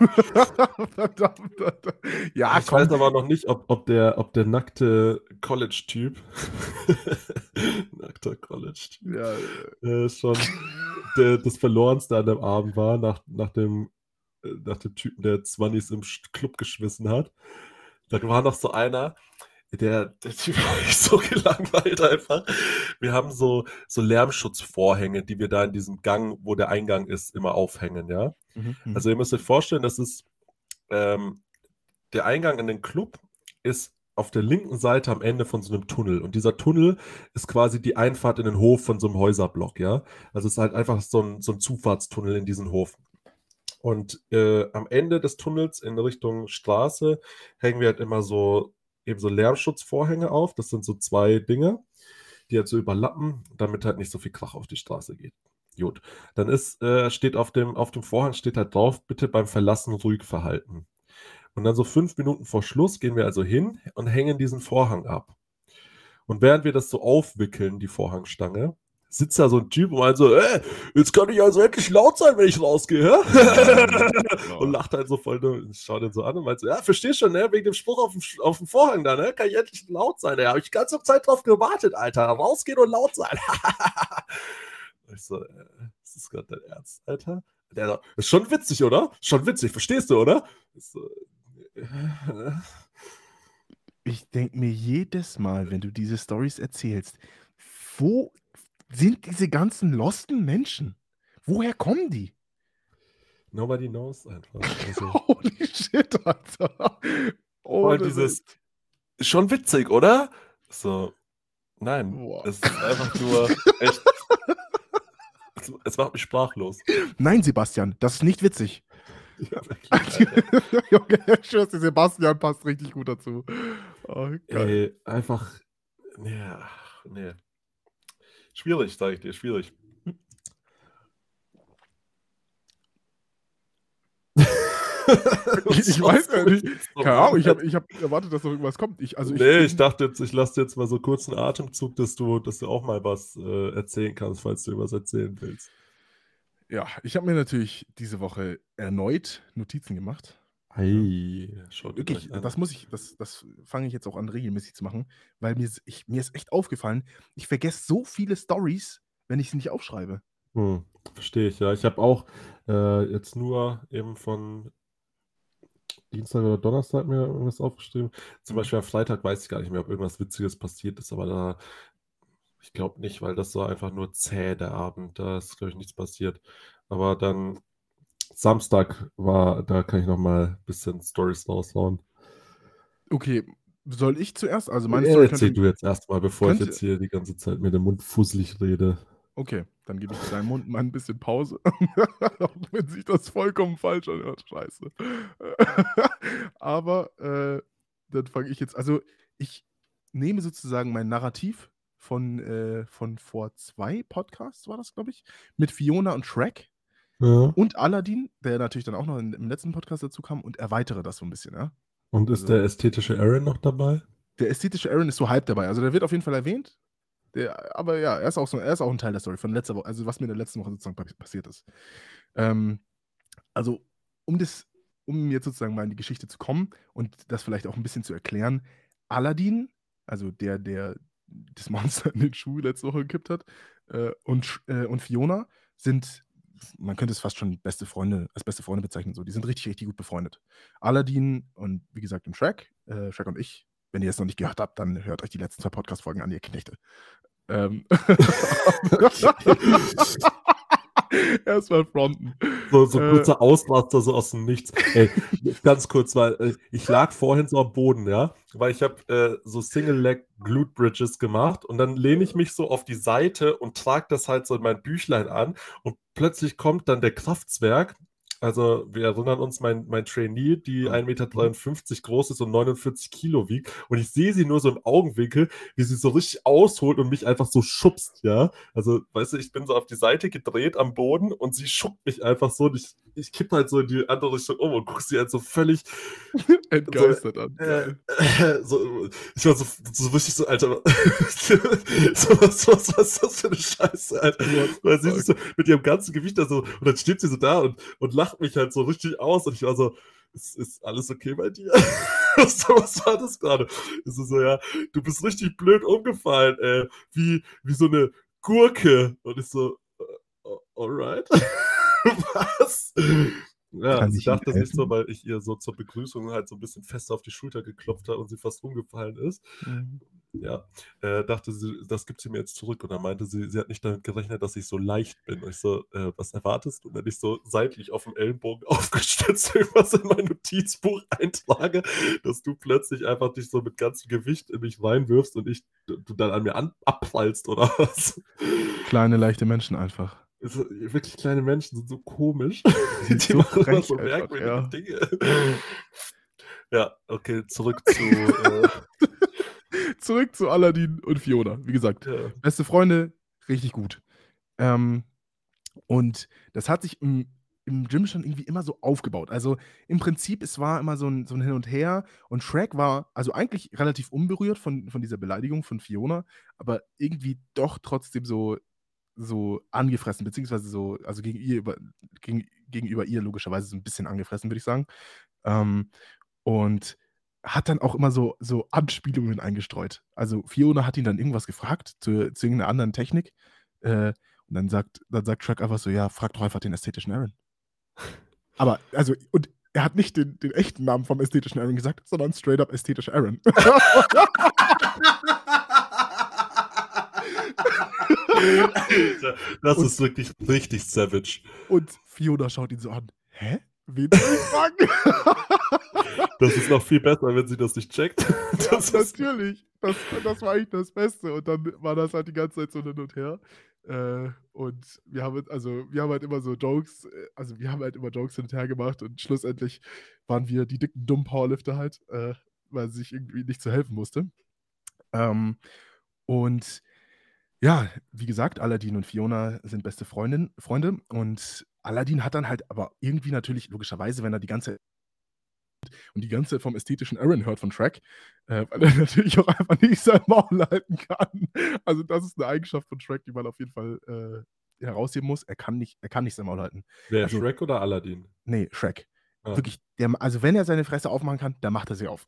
Ja, Ich komm. weiß aber noch nicht, ob, ob, der, ob der nackte College-Typ, nackter College-Typ, Ja, äh, schon der, das Verlorenste an dem Abend war, nach, nach, dem, äh, nach dem Typen, der Zwannis im Sch- Club geschmissen hat. Da war noch so einer, der, der Typ war echt so gelangweilt einfach. Wir haben so, so Lärmschutzvorhänge, die wir da in diesem Gang, wo der Eingang ist, immer aufhängen, ja. mhm, mhm. Also ihr müsst euch vorstellen, das ist ähm, der Eingang in den Club ist auf der linken Seite am Ende von so einem Tunnel. Und dieser Tunnel ist quasi die Einfahrt in den Hof von so einem Häuserblock, ja. Also es ist halt einfach so ein, so ein Zufahrtstunnel in diesen Hof. Und äh, am Ende des Tunnels in Richtung Straße hängen wir halt immer so eben so Lärmschutzvorhänge auf. Das sind so zwei Dinge, die halt so überlappen, damit halt nicht so viel Krach auf die Straße geht. Gut. Dann ist, äh, steht auf dem, auf dem Vorhang steht halt drauf, bitte beim Verlassen ruhig verhalten. Und dann so fünf Minuten vor Schluss gehen wir also hin und hängen diesen Vorhang ab. Und während wir das so aufwickeln, die Vorhangstange, sitzt da so ein Typ und meint so, ey, jetzt kann ich also endlich laut sein, wenn ich rausgehe, hä? Und lacht halt so voll, und schaut ihn so an und meint so, ja, verstehst schon, ne, wegen dem Spruch auf dem, auf dem Vorhang da, ne, kann ich endlich laut sein, da habe ich die ganze Zeit drauf gewartet, Alter, rausgehen und laut sein. Und ich so, äh, ist das gerade dein Ernst, Alter? Der so, ist schon witzig, oder? Schon witzig, verstehst du, oder? Ich so, äh, Ich denke mir jedes Mal, wenn du diese Stories erzählst, wo sind diese ganzen losten Menschen? Woher kommen die? Nobody knows einfach. Also, Holy shit, Alter. vor allem Ohne dieses, Witz. ist schon witzig, oder? So, nein, Boah. es ist einfach nur echt, es, es macht mich sprachlos. Nein, Sebastian, das ist nicht witzig. Ja, wirklich. Junge, ich schwör's dir, Sebastian passt richtig gut dazu. Oh, geil. Ey, einfach. Nee, ach, nee. Schwierig, sag ich dir, schwierig. Ich, ich weiß ja nicht. Keine Ahnung, ich habe ich hab erwartet, dass noch irgendwas kommt. Ich, also ich, Nee, ich dachte jetzt, ich lasse dir jetzt mal so kurz einen Atemzug, dass du, dass du auch mal was äh, erzählen kannst, falls du was erzählen willst. Ja, ich habe mir natürlich diese Woche erneut Notizen gemacht. Ei, schaut Wirklich, euch an. das muss ich, das, das fange ich jetzt auch an, regelmäßig zu machen, weil mir, ist- ich, mir ist echt aufgefallen, ich vergesse so viele Stories, wenn ich sie nicht aufschreibe. Hm, verstehe ich, ja. Ich habe auch äh, jetzt nur eben von Dienstag oder Donnerstag mir irgendwas aufgeschrieben. Zum Mhm. Beispiel am Freitag weiß ich gar nicht mehr, ob irgendwas Witziges passiert ist, aber da, ich glaube nicht, weil das war einfach nur zäh, der Abend. Da ist, glaube ich, nichts passiert. Aber dann Samstag war, da kann ich noch mal ein bisschen Storys raushauen. Okay, soll ich zuerst? Also meine Äh, Story Erzähl könnte, du jetzt erstmal, bevor ich könnte, jetzt hier die ganze Zeit mir den Mund fusselig rede. okay, dann gebe ich deinem Mund mal ein bisschen Pause, auch wenn sich das vollkommen falsch anhört, scheiße. Aber äh, dann fange ich jetzt, also ich nehme sozusagen mein Narrativ von, äh, von vor zwei Podcasts, war das, glaube ich, mit Fiona und Shrek Ja. und Aladdin, der natürlich dann auch noch in, im letzten Podcast dazu kam, und erweitere das so ein bisschen, ja. Und ist Also der ästhetische Aaron noch dabei? der ästhetische Aaron ist so halb dabei, also der wird auf jeden Fall erwähnt. Der, aber ja, er ist, auch so, er ist auch ein Teil der Story von letzter Woche, also was mir in der letzten Woche sozusagen passiert ist. Ähm, also, um das, um jetzt sozusagen mal in die Geschichte zu kommen und das vielleicht auch ein bisschen zu erklären, Aladdin, also der, der das Monster in den Schuh letzte Woche gekippt hat, äh, und, äh, und Fiona sind, man könnte es fast schon beste Freunde, als beste Freunde bezeichnen, so. Die sind richtig, richtig gut befreundet. Aladdin und wie gesagt, im Shrek, äh, Shrek und ich, wenn ihr es noch nicht gehört habt, dann hört euch die letzten zwei Podcast-Folgen an, ihr Knechte. Ähm. Erstmal fronten. So, so Äh, kurzer Ausraster so aus dem Nichts. Ey, ganz kurz, weil äh, ich lag vorhin so am Boden, ja, weil ich habe äh, so Single-Leg Glute Bridges gemacht und dann lehne ich mich so auf die Seite und trage das halt so in mein Büchlein an und plötzlich kommt dann der Kraftzwerg. Also wir erinnern uns, mein, mein Trainee, die ein Meter dreiundfünfzig groß ist und neunundvierzig Kilo wiegt. Und ich sehe sie nur so im Augenwinkel, wie sie so richtig ausholt und mich einfach so schubst, ja. Also, weißt du, ich bin so auf die Seite gedreht am Boden und sie schubt mich einfach so und ich, ich kippe halt so in die andere Richtung um und gucke sie halt so völlig entgeistert so, an. äh, äh, so, ich war so, so richtig so, Alter, so, was, was, was ist das für eine Scheiße, Alter? Weil sie ist so mit ihrem ganzen Gewicht da so, und dann steht sie so da und, und lacht mich halt so richtig aus und ich war so, ist, ist alles okay bei dir? so, was war das gerade? Ist so, ja, du bist richtig blöd umgefallen, ey, wie, wie so eine Gurke. Und ich so, uh, alright. Was? Ja, Kann sie ich Ihnen dachte sich so, helfen? weil ich ihr so zur Begrüßung halt so ein bisschen fester auf die Schulter geklopft habe und sie fast umgefallen ist. Mhm. Ja, äh, dachte sie, das gibt sie mir jetzt zurück. Und dann meinte sie, sie hat nicht damit gerechnet, dass ich so leicht bin. Und ich so, äh, was erwartest du, wenn ich so seitlich auf dem Ellenbogen aufgestützt irgendwas in mein Notizbuch eintrage, dass du plötzlich einfach dich so mit ganzem Gewicht in mich reinwirfst und ich, du dann an mir an, abprallst oder was? Kleine, leichte Menschen einfach. So, wirklich kleine Menschen sind so komisch. Die, Die so machen immer frech so einfach, merkwürdige ja. Dinge. Ja, okay, zurück zu. Äh, Zurück zu Aladdin und Fiona. Wie gesagt, ja. beste Freunde, richtig gut. Ähm, und das hat sich im, im Gym schon irgendwie immer so aufgebaut. Also im Prinzip, es war immer so ein, so ein Hin und Her. Und Shrek war also eigentlich relativ unberührt von, von dieser Beleidigung von Fiona, aber irgendwie doch trotzdem so, so angefressen, beziehungsweise so, also gegen ihr, über, gegen, gegenüber ihr logischerweise so ein bisschen angefressen, würde ich sagen. Ähm, und hat dann auch immer so, so Anspielungen eingestreut. Also Fiona hat ihn dann irgendwas gefragt zu, zu irgendeiner anderen Technik. Äh, und dann sagt, dann sagt Shrek einfach so, ja, frag doch einfach den ästhetischen Aaron. Aber, also, und er hat nicht den, den echten Namen vom ästhetischen Aaron gesagt, sondern straight up ästhetischer Aaron. Alter, das Und- ist wirklich richtig savage. Und Fiona schaut ihn so an. Hä? Wen soll ich fragen? Das ist noch viel besser, wenn sie das nicht checkt. Ja, Das ist, natürlich. Das, das war eigentlich das Beste. Und dann war das halt die ganze Zeit so hin und her. Äh, und wir haben halt also, wir haben halt immer so Jokes äh, also, wir haben halt immer Jokes hin und her gemacht und schlussendlich waren wir die dicken, dummen Powerlifter halt, äh, weil sie sich irgendwie nicht zu helfen wusste. Ähm, und ja, wie gesagt, Aladdin und Fiona sind beste Freundin Freunde und Aladdin hat dann halt aber irgendwie natürlich logischerweise, wenn er die ganze und die ganze Zeit vom ästhetischen Aaron hört von Shrek, äh, weil er natürlich auch einfach nicht sein Maul halten kann. Also, das ist 'ne Eigenschaft von Shrek, die man auf jeden Fall, äh, herausheben muss. Er kann nicht er kann nicht sein Maul halten. Wer, Also, Shrek oder Aladdin? ne, Shrek. Ah. Wirklich, der ma also, wenn er seine Fresse aufmachen kann, dann macht er sie auf.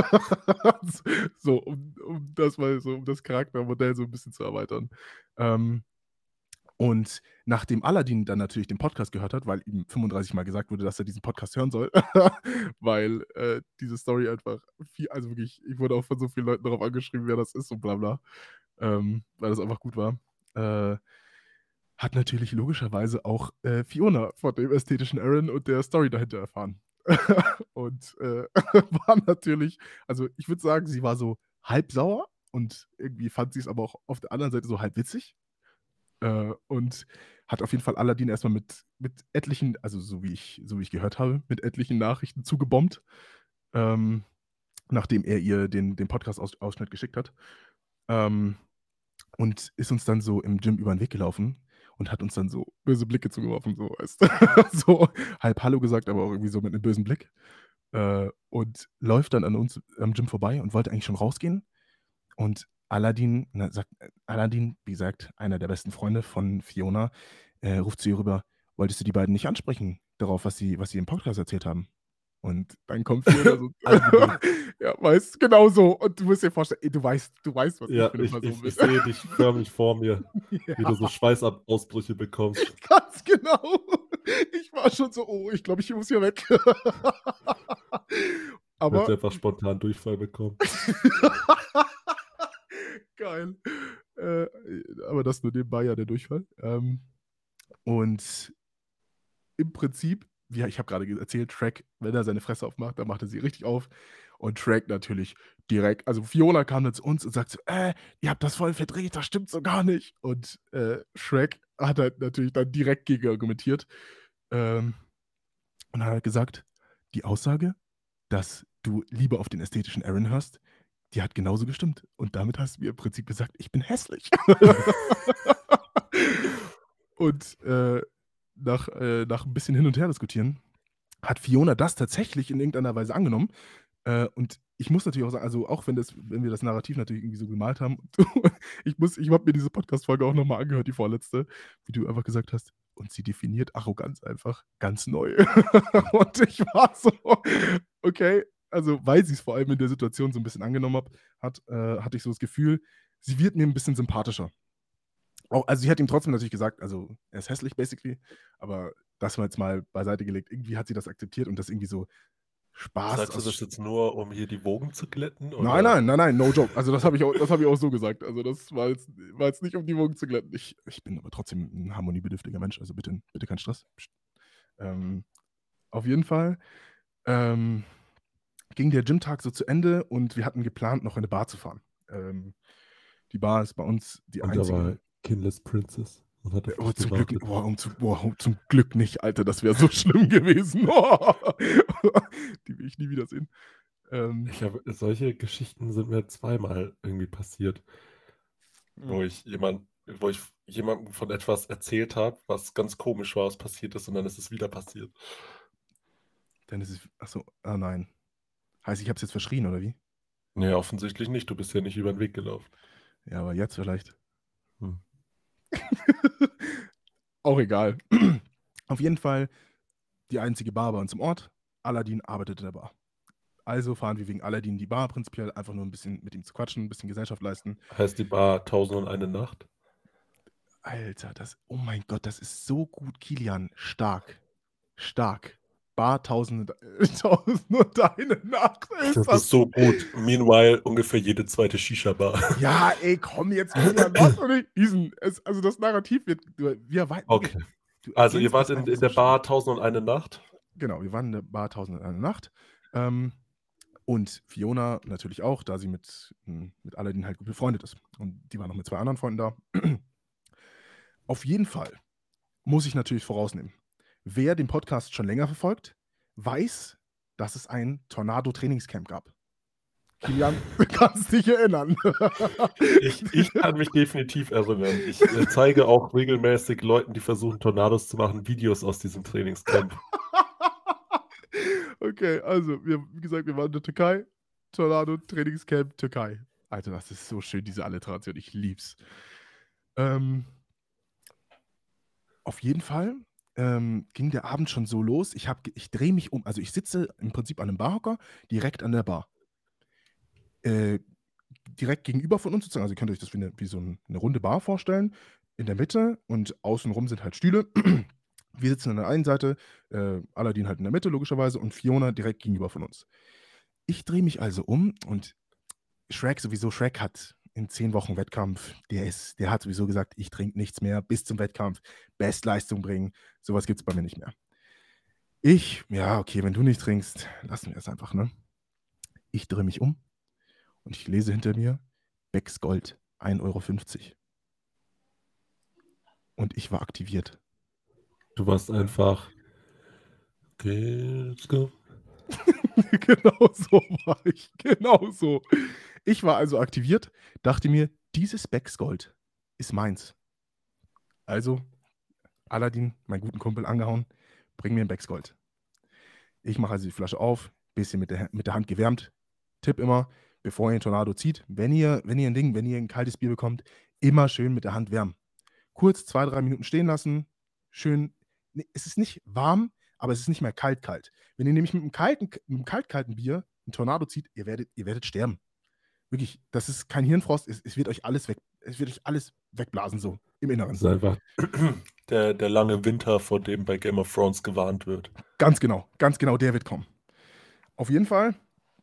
So, um um das mal so um das Charaktermodell so 'n bisschen zu erweitern. Ähm, und nachdem Aladdin dann natürlich den Podcast gehört hat, weil ihm fünfunddreißig Mal gesagt wurde, dass er diesen Podcast hören soll, weil, äh, diese Story einfach viel also, wirklich, ich wurde auch von so vielen Leuten darauf angeschrieben, wer das ist und bla bla, ähm, weil das einfach gut war. Äh, hat natürlich logischerweise auch, äh, Fiona von dem ästhetischen Aaron und der Story dahinter erfahren. Und, äh, war natürlich also, ich würde sagen, sie war so halb sauer und irgendwie fand sie's aber auch auf der anderen Seite so halb witzig. Äh, und hat auf jeden Fall Aladdin erst mal mit mit etlichen also, so wie ich so wie ich gehört habe, mit etlichen Nachrichten zugebombt, ähm, nachdem er ihr den den Podcast-Aus Ausschnitt geschickt hat. Ähm, und ist uns dann so im Gym über 'n Weg gelaufen und hat uns dann so böse Blicke zugeworfen, so, weißt du? So halb Hallo gesagt, aber auch irgendwie so mit 'nem bösen Blick. Äh, und läuft dann an uns am Gym vorbei und wollte eigentlich schon rausgehen. Und Aladdin, ne, sagt äh, Aladdin, wie gesagt, einer der besten Freunde von Fiona, äh, ruft zu ihr rüber: „Wolltest du die beiden nicht ansprechen darauf, was sie was sie im Podcast erzählt haben?“ Und dann kommt Fiona so Angedient. ja, weißt genau so. Und du musst dir vorstellen, ey, du weißt du weißt, was ich Ja, für 'ne ich Person ich bin. ich sehe dich förmlich vor mir, wie du so Ja, Schweißausbrüche bekommst. ganz genau. Ich war schon so: „Oh, ich glaube, ich muss hier weg.“ Hätte Aber einfach spontan Durchfall bekommen. geil. Äh, aber das nur nebenbei, ja, der Durchfall. Ähm, und im Prinzip ja, ich habe grade ge erzählt, Shrek, wenn er seine Fresse aufmacht, dann macht er sie richtig auf. Und Shrek natürlich direkt also, Fiona kam dann zu uns und sagt so: „Äh, ihr habt das voll verdreht, das stimmt so gar nicht.“ Und, äh, Shrek hat halt natürlich dann direkt gegen argumentiert, ähm, und hat halt gesagt: „Die Aussage, dass du lieber auf den ästhetischen Aaron hörst, die hat genauso gestimmt. Und damit hast du mir im Prinzip gesagt, ich bin hässlich.“ Und, äh, nach äh, nach 'n bisschen hin und her diskutieren, hat Fiona das tatsächlich in irgendeiner Weise angenommen. Äh, und ich muss natürlich auch sagen also, auch wenn das wenn wir das Narrativ natürlich irgendwie so gemalt haben, ich muss ich habe mir diese Podcast-Folge auch noch mal angehört, die vorletzte, wie du einfach gesagt hast: „Und sie definiert Arroganz einfach ganz neu.“ Und ich war so: „Okay.“ Also, weil sie's vor allem in der Situation so 'n bisschen angenommen habe hat, äh, hatte ich so das Gefühl, sie wird mir 'n bisschen sympathischer. Au also, sie hat ihm trotzdem natürlich gesagt also, er ist hässlich basically, aber das mal jetzt mal beiseite gelegt. Irgendwie hat sie das akzeptiert und das irgendwie so Spaß Sagst du aus das Sch jetzt nur, um hier die Wogen zu glätten, Nein, oder? nein, nein, nein, no joke. Also, das habe ich auch das habe ich auch so gesagt. Also, das war jetzt war jetzt nicht, um die Wogen zu glätten. Ich ich bin aber trotzdem 'n harmoniebedürftiger Mensch, also bitte bitte kein Stress. Psst. Ähm, auf jeden Fall, ähm, ging der Gymtag so zu Ende und wir hatten geplant, noch in 'ne Bar zu fahren. Ähm, die Bar ist bei uns die Und da war einzige Kinless Princess und hat auf Oh, dich zum Glück gewartet. boah, um zu boah, zum Glück nicht, Alter, das wäre so schlimm gewesen. Die will ich nie wiedersehen. Ähm, Ich habe solche Geschichten sind mir zweimal irgendwie passiert, mhm. wo ich jemand wo ich jemandem von etwas erzählt habe, was ganz komisch war, was passiert ist, und dann ist es wieder passiert. Dann ist es ach so, ah nein. Heißt, ich habe es jetzt verschrien oder wie? Ne, offensichtlich nicht. Du bist ja nicht über 'n Weg gelaufen. Ja, aber jetzt vielleicht. Hm. Auch egal. Auf jeden Fall die einzige Bar bei uns im Ort. Aladdin arbeitet in der Bar. Also fahren wir wegen Aladdin in die Bar prinzipiell, einfach nur 'n bisschen mit ihm zu quatschen, 'n bisschen Gesellschaft leisten. Heißt die Bar „Tausend und eine Nacht“? Alter, das oh mein Gott, das ist so gut, Kilian. Stark, stark. Bar tausend äh, tausend und eine Nacht, ist Das das ist so gut. Meanwhile ungefähr jede zweite Shisha-Bar. ja, ey, komm jetzt, Kilian, was du nicht diesen es also, das Narrativ wird du wir wei wirklich, Okay. du Also, ihr ergänzt wart das in einfach in so der schön. Bar „Tausend und eine Nacht“? Genau, wir waren in der Bar tausend und eine Nacht, ähm, und Fiona natürlich auch, da sie mit hm, mit Aladdin halt gut befreundet ist. Und die war noch mit zwei anderen Freunden da. Auf jeden Fall muss ich natürlich vorausnehmen. Wer den Podcast schon länger verfolgt, weiß, dass es ein Tornado-Trainingscamp gab. Kilian, du kannst dich erinnern. Ich, ich kann mich definitiv erinnern. Ich äh, zeige auch regelmäßig Leuten, die versuchen, Tornados zu machen, Videos aus diesem Trainingscamp. Okay, also, wir, wie gesagt, wir waren in der Türkei. Tornado-Trainingscamp Türkei. Alter, das ist so schön, diese Alliteration. Ich lieb's. Ähm, auf jeden Fall ähm, ging der Abend schon so los. Ich, hab, ge- ich drehe mich um. Also ich sitze im Prinzip an einem Barhocker, direkt an der Bar. Äh, direkt gegenüber von uns sozusagen. Also ihr könnt euch das wie, eine, wie so ein- eine runde Bar vorstellen. In der Mitte und außenrum sind halt Stühle. Wir sitzen an der einen Seite, äh, Aladdin halt in der Mitte logischerweise und Fiona direkt gegenüber von uns. Ich drehe mich also um und Shrek sowieso, Shrek hat in zehn Wochen Wettkampf, der ist, der hat sowieso gesagt, ich trinke nichts mehr bis zum Wettkampf, Bestleistung bringen, sowas gibt es bei mir nicht mehr. Ich, ja, okay, wenn du nicht trinkst, lassen wir es einfach, ne? Ich drehe mich um und ich lese hinter mir, Becks Gold, ein Euro fünfzig. Und ich war aktiviert. Du warst einfach. Okay, let's go. Genau so war ich. Genau so. Ich war also aktiviert, dachte mir, dieses Becks Gold ist meins. Also, Aladdin, meinen guten Kumpel, angehauen, bring mir ein Becks Gold. Ich mache also die Flasche auf, bisschen mit der, mit der Hand gewärmt. Tipp immer, bevor ihr einen Tornado zieht, wenn ihr, wenn ihr ein Ding, wenn ihr ein kaltes Bier bekommt, immer schön mit der Hand wärmen. Kurz zwei, drei Minuten stehen lassen, schön, nee, es ist nicht warm, aber es ist nicht mehr kalt-kalt. Wenn ihr nämlich mit einem kalten, mit einem kalt-kalten Bier einen Tornado zieht, ihr werdet, ihr werdet sterben. Wirklich, das ist kein Hirnfrost, es, es wird euch alles weg, es wird euch alles wegblasen, so im Inneren. Das ist einfach der, der lange Winter, vor dem bei Game of Thrones gewarnt wird. Ganz genau, ganz genau, der wird kommen. Auf jeden Fall,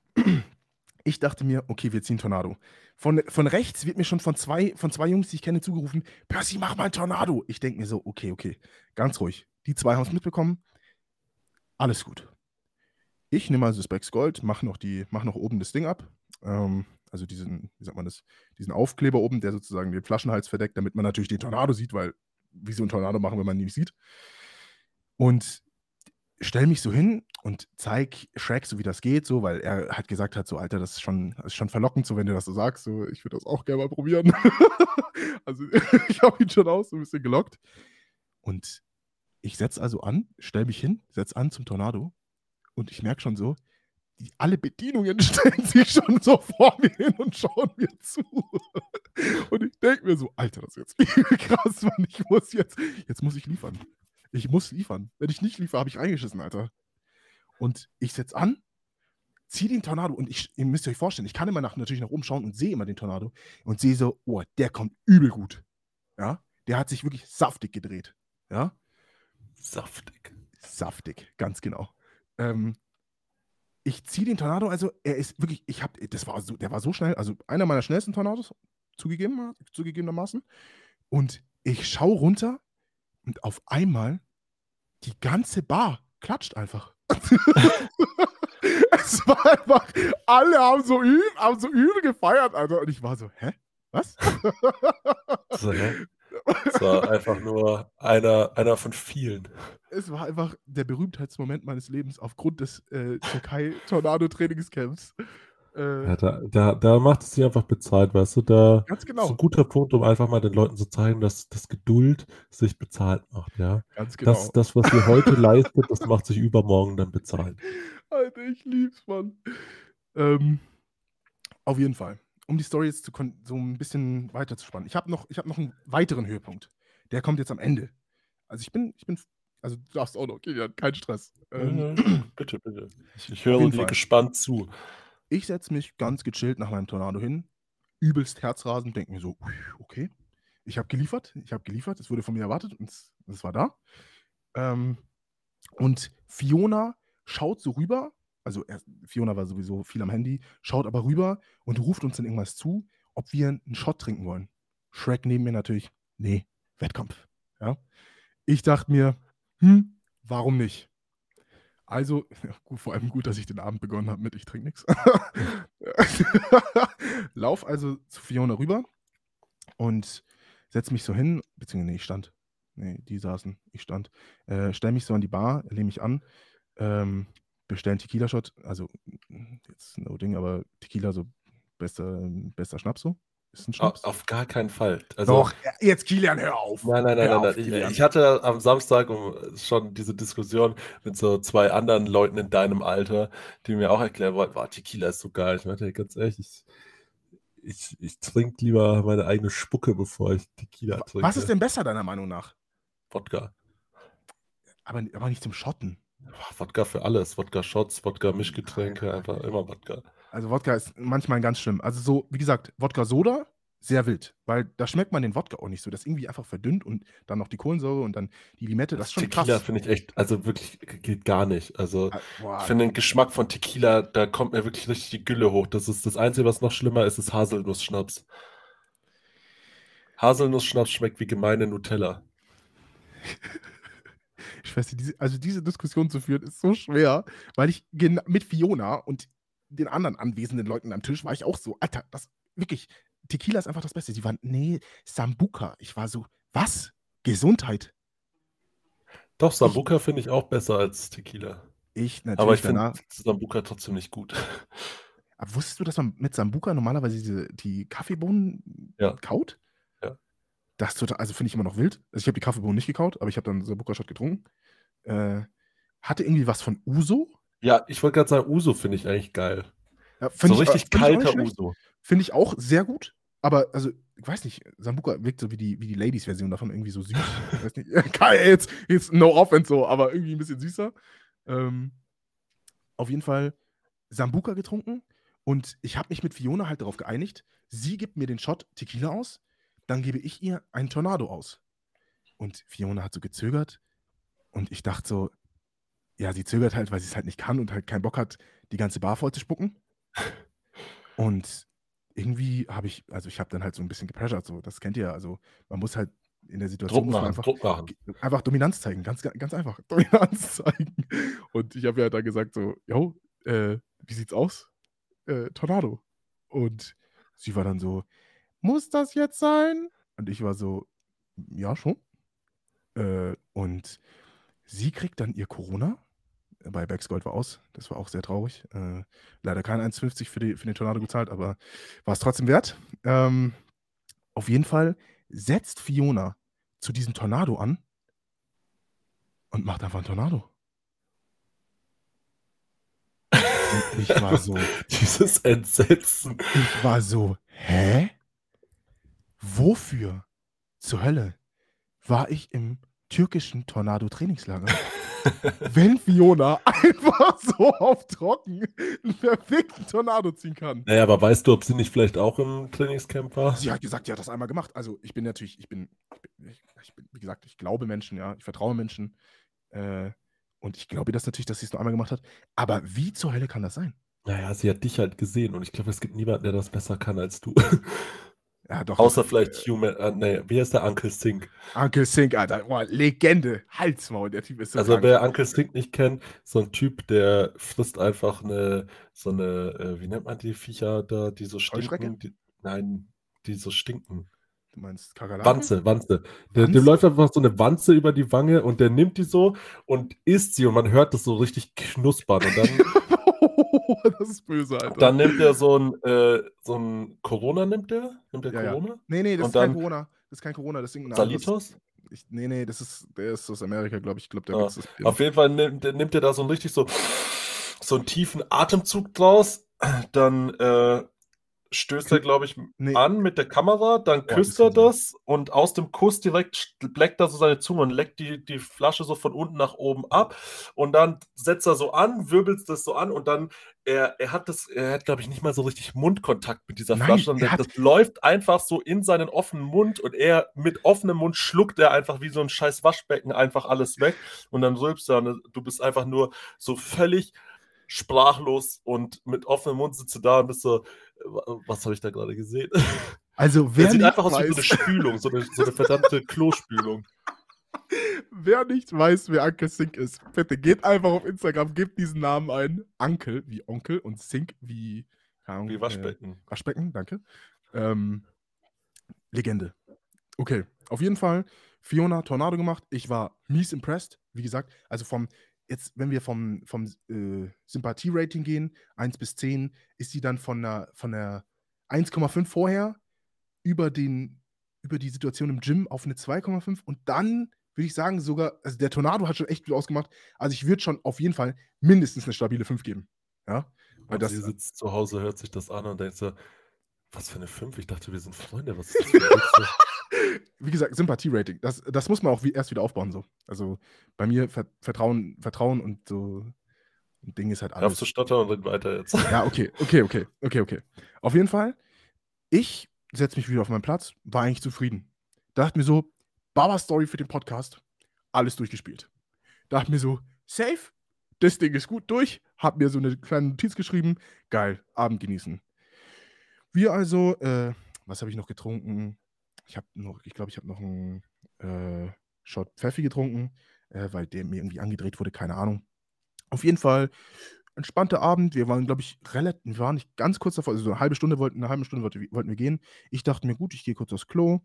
ich dachte mir, okay, wir ziehen Tornado. Von, von rechts wird mir schon von zwei, von zwei Jungs, die ich kenne, zugerufen, Percy, mach mal einen Tornado. Ich denke mir so, okay, okay, ganz ruhig. Die zwei haben es mitbekommen, alles gut. Ich nehme also das Becks Gold, mache noch, die, mach noch oben das Ding ab. Ähm, also diesen, wie sagt man das, diesen Aufkleber oben, der sozusagen den Flaschenhals verdeckt, damit man natürlich den Tornado sieht, weil wie so ein Tornado machen, wenn man ihn nicht sieht. Und stell mich so hin und zeig Shrek, so wie das geht, so, weil er halt gesagt hat, so, Alter, das ist schon, das ist schon verlockend, so, wenn du das so sagst, so, ich würde das auch gerne mal probieren. Also, ich habe ihn schon auch so ein bisschen gelockt. Und ich setze also an, stell mich hin, setz an zum Tornado und ich merke schon so, die, alle Bedienungen stellen sich schon so vor mir hin und schauen mir zu. Und ich denke mir so, Alter, das ist jetzt krass, Mann, ich muss jetzt, jetzt muss ich liefern. Ich muss liefern. Wenn ich nicht liefere, habe ich reingeschissen, Alter. Und ich setze an, ziehe den Tornado und ich, ihr müsst euch vorstellen, ich kann immer nach, natürlich nach oben schauen und sehe immer den Tornado und sehe so, oh, der kommt übel gut. Ja, der hat sich wirklich saftig gedreht. Ja, Saftig. saftig, ganz genau. Ähm, ich ziehe den Tornado, also er ist wirklich, ich habe, das war so, der war so schnell, also einer meiner schnellsten Tornados, zugegeben, zugegebenermaßen. Und ich schaue runter und auf einmal die ganze Bar klatscht einfach. Es war einfach, alle haben so übel, haben so übel gefeiert, Alter. Und ich war so, hä? Was? So, hä? Es war einfach nur einer, einer von vielen. Es war einfach der Berühmtheitsmoment meines Lebens aufgrund des äh, Türkei-Tornado-Trainingscamps. Äh, Ja, da, da, da macht es sich einfach bezahlt, weißt du? Da ganz ist ein genau, guter Punkt, um einfach mal den Leuten zu zeigen, dass, dass Geduld sich bezahlt macht, ja. ganz Das, genau. das, was ihr heute leistet, das macht sich übermorgen dann bezahlt. Alter, ich lieb's, Mann. Ähm, auf jeden Fall. Um die Story jetzt zu kon- so ein bisschen weiter zu spannen. Ich habe noch, ich hab noch einen weiteren Höhepunkt. Der kommt jetzt am Ende. Also ich bin, ich bin, also du darfst auch noch, Kilian, kein Stress. Ähm, Ja, bitte, bitte. Ich, ich auf höre jeden dir Fall. gespannt zu. Ich setze mich ganz gechillt nach meinem Tornado hin, übelst herzrasend, denke mir so, ui, okay, ich habe geliefert, ich habe geliefert, es wurde von mir erwartet und es, es war da. Ähm, und Fiona schaut so rüber, also er, Fiona war sowieso viel am Handy, schaut aber rüber und ruft uns dann irgendwas zu, ob wir einen Shot trinken wollen. Shrek neben mir natürlich, nee, Wettkampf. Ja? Ich dachte mir, hm, warum nicht? Also, ja, gut, vor allem gut, dass ich den Abend begonnen habe mit ich trinke nichts. Lauf also zu Fiona rüber und setze mich so hin, beziehungsweise nee, ich stand. Nee, die saßen, ich stand. Äh, stell mich so an die Bar, lehne mich an, ähm, bestell einen Tequila-Shot, also jetzt no Ding, aber Tequila so bester, bester Schnaps so. Ist ein Au- Schnaps? Auf gar keinen Fall. Also, Doch, äh, jetzt Kilian, hör auf. nein, nein, nein, Hör nein, nein. auf, Ich, Kilian. ich hatte am Samstag um, schon diese Diskussion mit so zwei anderen Leuten in deinem Alter, die mir auch erklären wollten, wow, Tequila ist so geil. Ich meinte, ganz ehrlich, ich, ich, ich trinke lieber meine eigene Spucke, bevor ich Tequila Was ist trinke. denn besser, deiner Meinung nach? Wodka. Aber, aber nicht zum Schotten. Wodka für alles. Wodka-Shots, Wodka-Mischgetränke, Nein, nein, einfach immer Wodka. Also Wodka ist manchmal ganz schlimm. Also so, wie gesagt, Wodka-Soda, sehr wild. Weil da schmeckt man den Wodka auch nicht so. Das ist irgendwie einfach verdünnt und dann noch die Kohlensäure und dann die Limette. Das ist schon Tequila krass. finde ich echt, also wirklich geht gar nicht. Also Ah, boah, ich finde den Geschmack von Tequila, da kommt mir wirklich richtig die Gülle hoch. Das ist das Einzige, was noch schlimmer ist, ist Haselnuss-Schnaps. Haselnuss-Schnaps schmeckt wie gemeine Nutella. ich weiß nicht, diese, also diese Diskussion zu führen, ist so schwer, weil ich gen- mit Fiona und den anderen anwesenden Leuten am Tisch war ich auch so, Alter, das wirklich, Tequila ist einfach das Beste. Sie waren, nee, Sambuca. Ich war so, was? Gesundheit. Doch, Ich, Sambuca finde ich auch besser als Tequila. ich Aber natürlich ich finde danach. Sambuca trotzdem nicht gut. Aber wusstest du, dass man mit Sambuca normalerweise diese, die Kaffeebohnen Ja, kaut? ja. Das ist total, also finde ich immer noch wild. Also ich habe die Kaffeebohnen nicht gekaut, aber ich habe dann Sambuca-Shot getrunken. Äh, hatte irgendwie was von Uso. Ja, ich wollte gerade sagen, Uso finde ich eigentlich geil. Ja, So finde ich, äh, richtig find ich auch nicht kalter schlecht. Uso. Finde ich auch sehr gut. Aber, also, ich weiß nicht, Sambuca wirkt so wie die, wie die Ladies-Version davon, irgendwie so süß. Ich weiß nicht, Kai, jetzt, jetzt no offense so, aber irgendwie ein bisschen süßer. Ähm, auf jeden Fall Sambuca getrunken und ich habe mich mit Fiona halt darauf geeinigt, sie gibt mir den Shot Tequila aus, dann gebe ich ihr einen Tornado aus. Und Fiona hat so gezögert und ich dachte so, ja, sie zögert halt, weil sie es halt nicht kann und halt keinen Bock hat, die ganze Bar voll zu spucken. Und irgendwie habe ich, also ich habe dann halt so ein bisschen gepressured, so, das kennt ihr ja, also man muss halt in der Situation Druck muss man machen, einfach, Druck machen. einfach Dominanz zeigen, ganz, ganz einfach, Dominanz zeigen. Und ich habe ja dann gesagt so, yo, äh, wie sieht's aus? Äh, Tornado. Und sie war dann so, muss das jetzt sein? Und ich war so, ja, schon. Äh, und sie kriegt dann ihr Corona. Bei Becks Gold war aus. Das war auch sehr traurig. Äh, leider kein eins fünfzig für, die, für den Tornado gezahlt, aber war es trotzdem wert. Ähm, auf jeden Fall setzt Fiona zu diesem Tornado an und macht einfach einen Tornado. Und ich war so, Dieses Entsetzen. ich war so, hä? Wofür zur Hölle war ich im türkischen Tornado-Trainingslager? Wenn Fiona einfach so auf trocken einen perfekten Tornado ziehen kann. Naja, aber weißt du, ob sie nicht vielleicht auch im Trainingscamp war? Sie hat gesagt, sie hat das einmal gemacht. Also ich bin natürlich, ich bin, ich bin, ich bin wie gesagt, ich glaube Menschen, ja, ich vertraue Menschen. Äh, und ich glaube das natürlich, dass sie es nur einmal gemacht hat. Aber wie zur Hölle kann das sein? Naja, sie hat dich halt gesehen und ich glaube, es gibt niemanden, der das besser kann als du. Ja, doch. Außer Das, vielleicht Human, äh, nee, wie heißt der Uncle Sink? Uncle Sink, Alter. Oh, Legende. Halsmaul, der Typ ist so Also krank. wer Uncle Sink nicht kennt, so ein Typ, der frisst einfach eine, so eine, äh, wie nennt man die Viecher da, die so Heuschrecke? stinken? Die, nein, die so stinken. Du meinst Kakerlake? Wanze, Wanze. Der, dem Wanze? läuft einfach so eine Wanze über die Wange und der nimmt die so und isst sie und man hört das so richtig knuspern und dann, Das ist böse, Alter. dann nimmt er so ein, äh, so ein Corona, nimmt der? Nimmt der Ja, ja. Corona? Nee, nee, das Und ist kein dann Corona. Das ist kein Corona, das ist ein anderes. Salitos? Ich, nee, nee, das ist, der ist aus Amerika, glaube ich. Ich glaube, da Ja. gibt es das. Auf jeden Fall nimmt, nimmt er da so einen richtig so, so einen tiefen Atemzug draus. Dann äh, stößt er, glaube ich, Nee. an mit der Kamera, dann Boah, küsst das er kann sein. das und aus dem Kuss direkt leckt er so seine Zunge und leckt die, die Flasche so von unten nach oben ab und dann setzt er so an, wirbelt das so an und dann, er, er hat das, er hat, glaube ich, nicht mal so richtig Mundkontakt mit dieser Nein, Flasche, sondern er hat- das läuft einfach so in seinen offenen Mund und er mit offenem Mund schluckt er einfach wie so ein scheiß Waschbecken einfach alles weg und dann rülpst er und du bist einfach nur so völlig sprachlos und mit offenem Mund sitzt du da und bist so, was habe ich da gerade gesehen? Also, Der wer sieht nicht einfach aus wie so eine weiß, Spülung, so eine, so eine verdammte Klospülung. wer nicht weiß, wer Uncle Sink ist, bitte geht einfach auf Instagram, gebt diesen Namen ein. Uncle wie Onkel und Sink wie, keine Ahnung, Wie Waschbecken. Äh, Waschbecken, danke. Ähm, Legende. Okay, auf jeden Fall Fiona Tornado gemacht. Ich war mies impressed. Wie gesagt, also vom jetzt, wenn wir vom vom äh, Sympathie-Rating gehen, eins bis zehn, ist sie dann von der von der eins Komma fünf vorher über den über die Situation im Gym auf eine zwei Komma fünf und dann würde ich sagen sogar also der Tornado hat schon echt viel ausgemacht. Also, ich würde schon auf jeden Fall mindestens eine stabile fünf geben, ja? Weil Und sie das sitzt zu Hause, hört sich das an und denkt so: „Was für eine fünf? Ich dachte, wir sind Freunde. Was ist das für 'n Blödsinn?“ Wie gesagt, Sympathie-Rating, das das muss man auch wie erst wieder aufbauen so. Also, bei mir Ver Vertrauen Vertrauen und so 'n Ding ist halt Hör auf alles. zu stottern und red weiter jetzt. Ja, okay, okay, okay, okay, okay. Auf jeden Fall, ich setze mich wieder auf meinen Platz, war eigentlich zufrieden. Dachte mir so: „Baba-Story für den Podcast, alles durchgespielt.“ Dachte mir so: „Safe, das Ding ist gut durch.“ Habe mir so 'ne kleine Notiz geschrieben: „Geil, Abend genießen.“ Wir also äh, was habe ich noch getrunken? Ich habe noch ich glaube, ich habe noch 'n, äh, Shot Pfeffi getrunken, äh, weil der mir irgendwie angedreht wurde, keine Ahnung. Auf jeden Fall entspannter Abend. Wir waren, glaube ich, relat wir waren nicht ganz kurz davor, also so 'ne halbe Stunde wollten 'ne halbe Stunde wollte wollten wir gehen. Ich dachte mir: „Gut, ich gehe kurz aufs Klo.“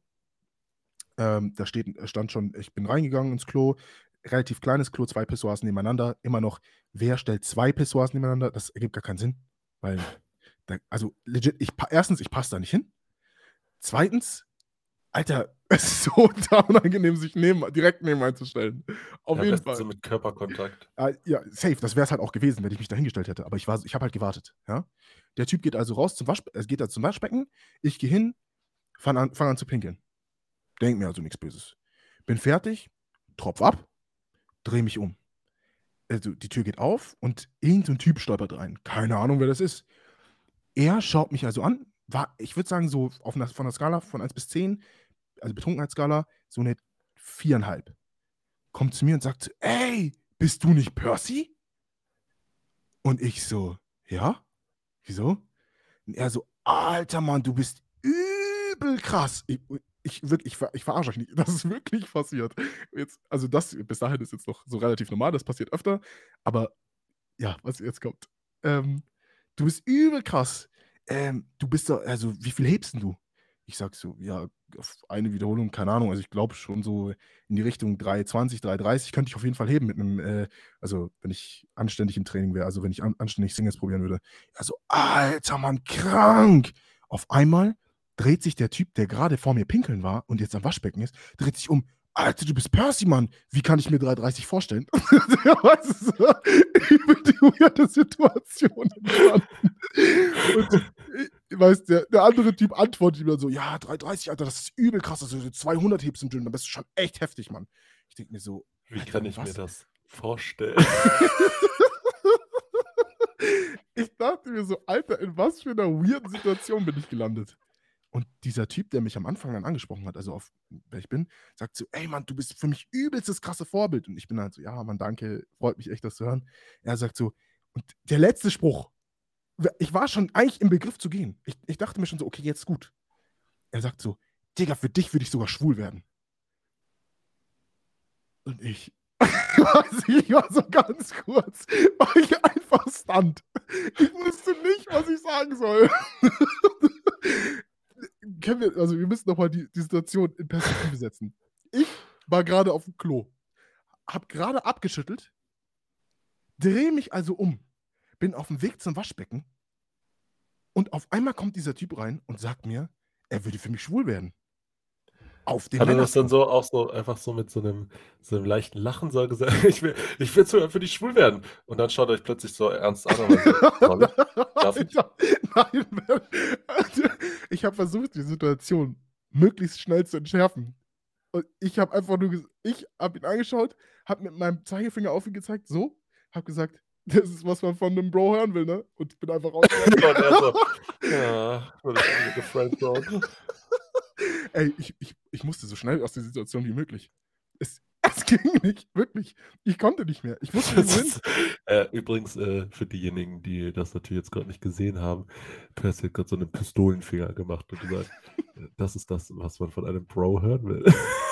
Ähm, da steht äh, stand schon ich bin reingegangen ins Klo, relativ kleines Klo, zwei Pissoirs nebeneinander. Immer noch, wer stellt zwei Pissoirs nebeneinander? Das ergibt gar keinen Sinn, weil da also legit, ich pa erstens, ich passe da nicht hin. Zweitens, Alter, es ist so unangenehm, sich neben direkt neben einzustellen. Auf Ja, am jeden besten so Fall. mit Körperkontakt. Ah, ja, safe, das wäre es halt auch gewesen, wenn ich mich da hingestellt hätte, aber ich war ich habe halt gewartet, ja? Der Typ geht also raus zum Wasch äh, geht da zum Waschbecken. Ich gehe hin, fange an fange an zu pinkeln. Denke mir also nix Böses. Bin fertig, tropfe ab, drehe mich um. Also, die Tür geht auf und irgend so 'n Typ stolpert rein. Keine Ahnung, wer das ist. Er schaut mich also an, war ich würde sagen, so auf 'ner von 'ner Skala von eins bis zehn, also Betrunkenheitsskala, so 'ne vier Komma fünf. Kommt zu mir und sagt so: „Ey, bist du nicht Percy?“ Und ich so: „Ja, wieso?“ Und er so: „Alter Mann, du bist übel krass.“ Ich ich wirklich, ich ver ich verarsche euch nicht. Das ist wirklich passiert. Jetzt also das bis dahin ist jetzt noch so relativ normal, das passiert öfter, aber ja, was jetzt kommt. Ähm: „Du bist übel krass. Ähm, du bist doch also, wie viel hebst 'n du?“ Ich sage so: „Ja, auf eine Wiederholung, keine Ahnung, also, ich glaube schon so in die Richtung drei zwanzig, drei dreißig könnte ich auf jeden Fall heben mit 'nem, äh also, wenn ich anständig im Training wäre, also, wenn ich an anständig Singles probieren würde.“ Er so: „Alter Mann, krank!“ Auf einmal dreht sich der Typ, der grade vor mir pinkeln war und jetzt am Waschbecken ist, dreht sich um: „Alter, du bist Percy, Mann. Wie kann ich mir drei dreißig vorstellen?“ Ja, weißt du, so übel die weirde Situation entstanden. Und i weißt der der andere Typ antwortet ihm dann so: „Ja, drei dreißig, Alter, das ist übel krass, dass du so zweihundert hebst im Gym, dann bist du schon echt heftig, Mann.“ Ich denke mir so: Wie „Alter, kann ich mir was?“ das vorstellen? Ich dachte mir so: „Alter, in was für 'ner weirden Situation bin ich gelandet?“ Und dieser Typ, der mich am Anfang dann angesprochen hat, also auf wer ich bin, sagt so: „Ey Mann, du bist für mich übelst das krasse Vorbild.“ Und ich bin halt so: „Ja, Mann, danke, freut mich echt, das zu hören.“ Er sagt so und der letzte Spruch, w ich war schon eigentlich im Begriff zu gehen. Ich ich dachte mir schon so: „Okay, jetzt ist gut.“ Er sagt so: „Digga, für dich würde ich sogar schwul werden.“ Und ich weiß nicht, ich war so ganz kurz war ich einfach stunned. Ich wusste nicht, was ich sagen soll. Können wir also, wir müssen noch mal die die Situation in Perspektive setzen. Ich war grade aufm Klo, habe grade abgeschüttelt, drehe mich also um, bin aufm Weg zum Waschbecken und auf einmal kommt dieser Typ rein und sagt mir, er würde für mich schwul werden. Auf dem Hat er das dann Männerton. so auch so einfach so mit so 'nem so 'nem leichten Lachen so gesagt: „Ich will ich will sogar für dich schwul werden.“ Und dann schaut er euch plötzlich so ernst an und meint so: „Soll ich? Darf ich?“ Alter, nein, Alter, ich habe versucht, die Situation möglichst schnell zu entschärfen. Und ich habe einfach nur ges ich habe ihn angeschaut, habe mit meinem Zeigefinger auf ihn gezeigt, so, habe gesagt: „Das ist, was man von 'nem Bro hören will, ne?“ Und bin einfach rausgegangen. Und er so: „Ja, wurde schon wieder gefriendzoned.“ Ey, ich ich ich musste so schnell aus der Situation wie möglich. Es es ging nicht, wirklich. Ich konnte nicht mehr. Ich wusste nicht Das wohin. ist äh, übrigens, äh, für diejenigen, die das natürlich jetzt grad nicht gesehen haben, Percy hat grad so 'nen Pistolenfinger gemacht und gesagt: „Äh, das ist das, was man von einem Bro hören will.“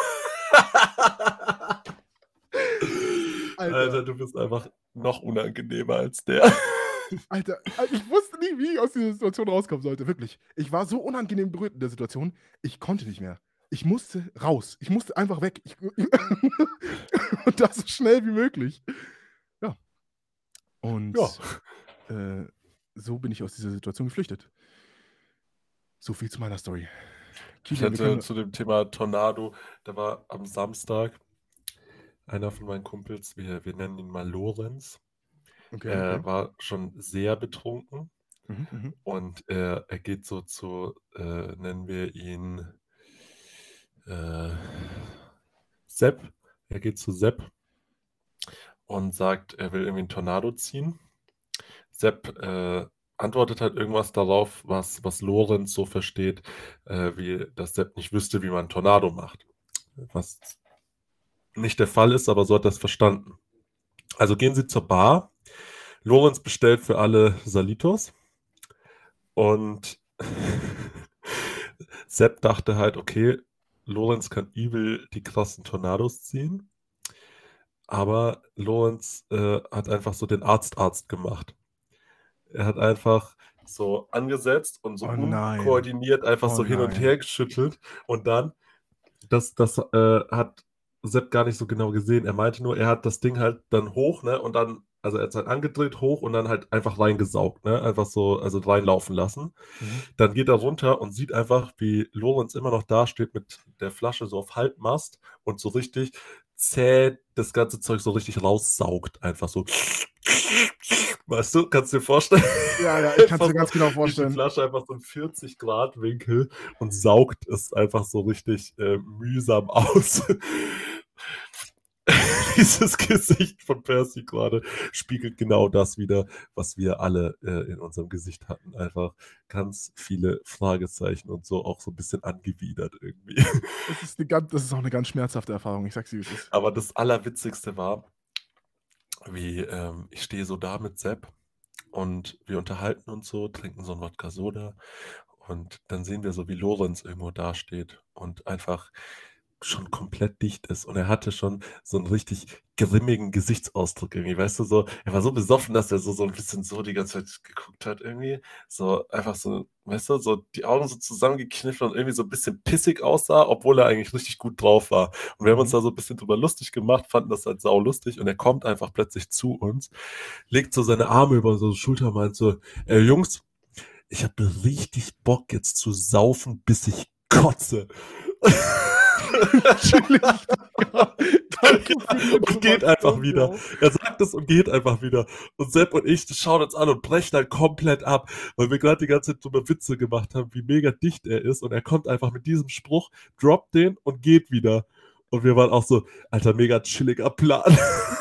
Alter, Alter, du bist einfach noch unangenehmer als der. Alter, Al ich wusste nicht, wie ich aus dieser Situation rauskommen sollte, wirklich. Ich war so unangenehm berührt in der Situation, ich konnte nicht mehr. ich musste raus. Ich musste einfach weg. Ich, und das so schnell wie möglich. Ja. Und Ja. äh, so bin ich aus dieser Situation geflüchtet. So viel zu meiner Story. Ich Kilian, wir hatte können. zu dem Thema Tornado, da war am Samstag einer von meinen Kumpels, wir, wir nennen ihn mal Lorenz, Okay, er okay. war schon sehr betrunken Mhm, mhm. und er, er geht so zu, äh, nennen wir ihn äh, Sepp, er geht zu Sepp und sagt, er will irgendwie einen Tornado ziehen. Sepp äh, antwortet halt irgendwas darauf, was, was Lorenz so versteht, äh, wie dass Sepp nicht wüsste, wie man einen Tornado macht. Was nicht der Fall ist, aber so hat er es verstanden. Also gehen sie zur Bar. Lorenz bestellt für alle Salitos und Sepp dachte halt, okay, Lorenz kann übel die krassen Tornados ziehen, aber Lorenz äh, hat einfach so den Arzt-Arzt gemacht. Er hat einfach so angesetzt und so Oh nein. unkoordiniert einfach Oh so hin und nein. her geschüttelt und dann, das, das äh, hat Sepp gar nicht so genau gesehen. Er meinte nur, er hat das Ding halt dann hoch, ne, und dann, also er hat es halt angedreht, hoch und dann halt einfach reingesaugt, ne, einfach so, also reinlaufen lassen. Mhm. Dann geht er runter und sieht einfach, wie Lorenz immer noch da steht mit der Flasche so auf Halbmast und so richtig zäh das ganze Zeug so richtig raussaugt, einfach so. Weißt du, kannst du dir vorstellen? Ja, ja, ich kann es Einfach mir ganz so genau durch die vorstellen. Flasche einfach so einen vierzig Grad Winkel und saugt es einfach so richtig äh, mühsam aus. Dieses Gesicht von Percy gerade spiegelt genau das wider, was wir alle äh, in unserem Gesicht hatten. Einfach ganz viele Fragezeichen und so auch so ein bisschen angewidert irgendwie. Es ist, eine ganz, das ist auch eine ganz schmerzhafte Erfahrung. Ich sag's dir, wie es ist. Aber das Allerwitzigste war, wie ähm, ich stehe so da mit Sepp und wir unterhalten uns so, trinken so ein Wodka Soda und dann sehen wir so, wie Lorenz irgendwo dasteht und einfach schon komplett dicht ist und er hatte schon so einen richtig grimmigen Gesichtsausdruck irgendwie, weißt du, so, er war so besoffen, dass er so, so ein bisschen so die ganze Zeit geguckt hat irgendwie, so einfach so, weißt du, so die Augen so zusammengekniffen und irgendwie so ein bisschen pissig aussah, obwohl er eigentlich richtig gut drauf war. Und wir haben uns Mhm. da so ein bisschen drüber lustig gemacht, fanden das halt sau lustig und er kommt einfach plötzlich zu uns, legt so seine Arme über unsere Schulter und meint so, äh, Jungs, ich habe richtig Bock jetzt zu saufen, bis ich kotze. Chillig. Ja, danke für die Und geht einfach Information, wieder. Bro. Er sagt es und geht einfach wieder. Und Sepp und ich schauen uns an und brechen dann komplett ab, weil wir gerade die ganze Zeit drüber Witze gemacht haben, wie mega dicht er ist. Und er kommt einfach mit diesem Spruch, droppt den und geht wieder. Und wir waren auch so, alter, mega chilliger Plan.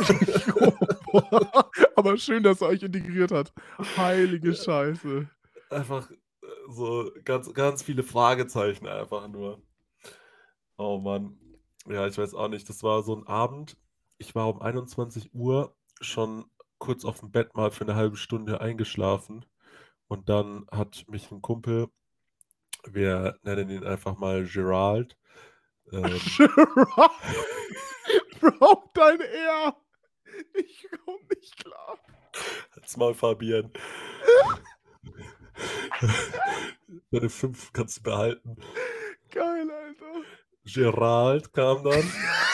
Aber schön, dass er euch integriert hat. Heilige Scheiße. Einfach äh, so ganz, ganz viele Fragezeichen einfach nur. Oh Mann. Ja, ich weiß auch nicht. Das war so ein Abend. Ich war um einundzwanzig Uhr schon kurz auf dem Bett mal für eine halbe Stunde eingeschlafen. Und dann hat mich ein Kumpel, wir nennen ihn einfach mal Gerald. Ähm, Gerard. Bro, dein R. Ich komm nicht klar. halt's Maul, Fabian. Deine fünf kannst du behalten. Geil, Alter. Gerald kam dann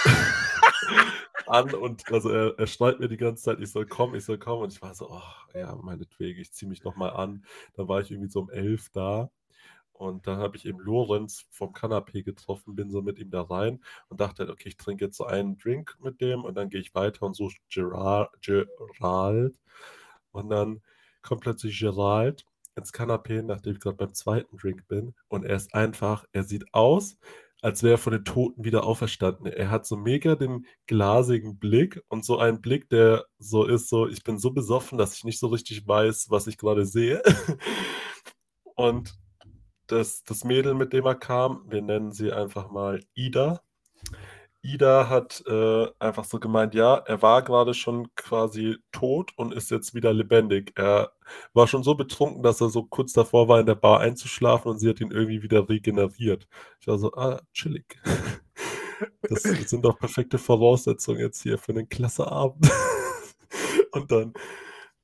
an und also er, er schreit mir die ganze Zeit, ich soll kommen, ich soll kommen. Und ich war so, oh, ja, meinetwegen, ich ziehe mich nochmal an. Dann war ich irgendwie so um elf da. Und dann habe ich eben Lorenz vom Kanapee getroffen, bin so mit ihm da rein und dachte halt, okay, ich trinke jetzt so einen Drink mit dem und dann gehe ich weiter und suche Gerard, Gerald. Und dann kommt plötzlich Gerald ins Kanapee, nachdem ich gerade beim zweiten Drink bin. Und er ist einfach, er sieht aus, als wäre er von den Toten wieder auferstanden. Er hat so mega den glasigen Blick und so einen Blick, der so ist, so, ich bin so besoffen, dass ich nicht so richtig weiß, was ich gerade sehe. Und das, das Mädel, mit dem er kam, wir nennen sie einfach mal Ida. Ida hat äh, einfach so gemeint, ja, er war gerade schon quasi tot und ist jetzt wieder lebendig. Er war schon so betrunken, dass er so kurz davor war, in der Bar einzuschlafen und sie hat ihn irgendwie wieder regeneriert. Ich war so, ah, chillig. Das sind doch perfekte Voraussetzungen jetzt hier für einen klasse Abend. Und dann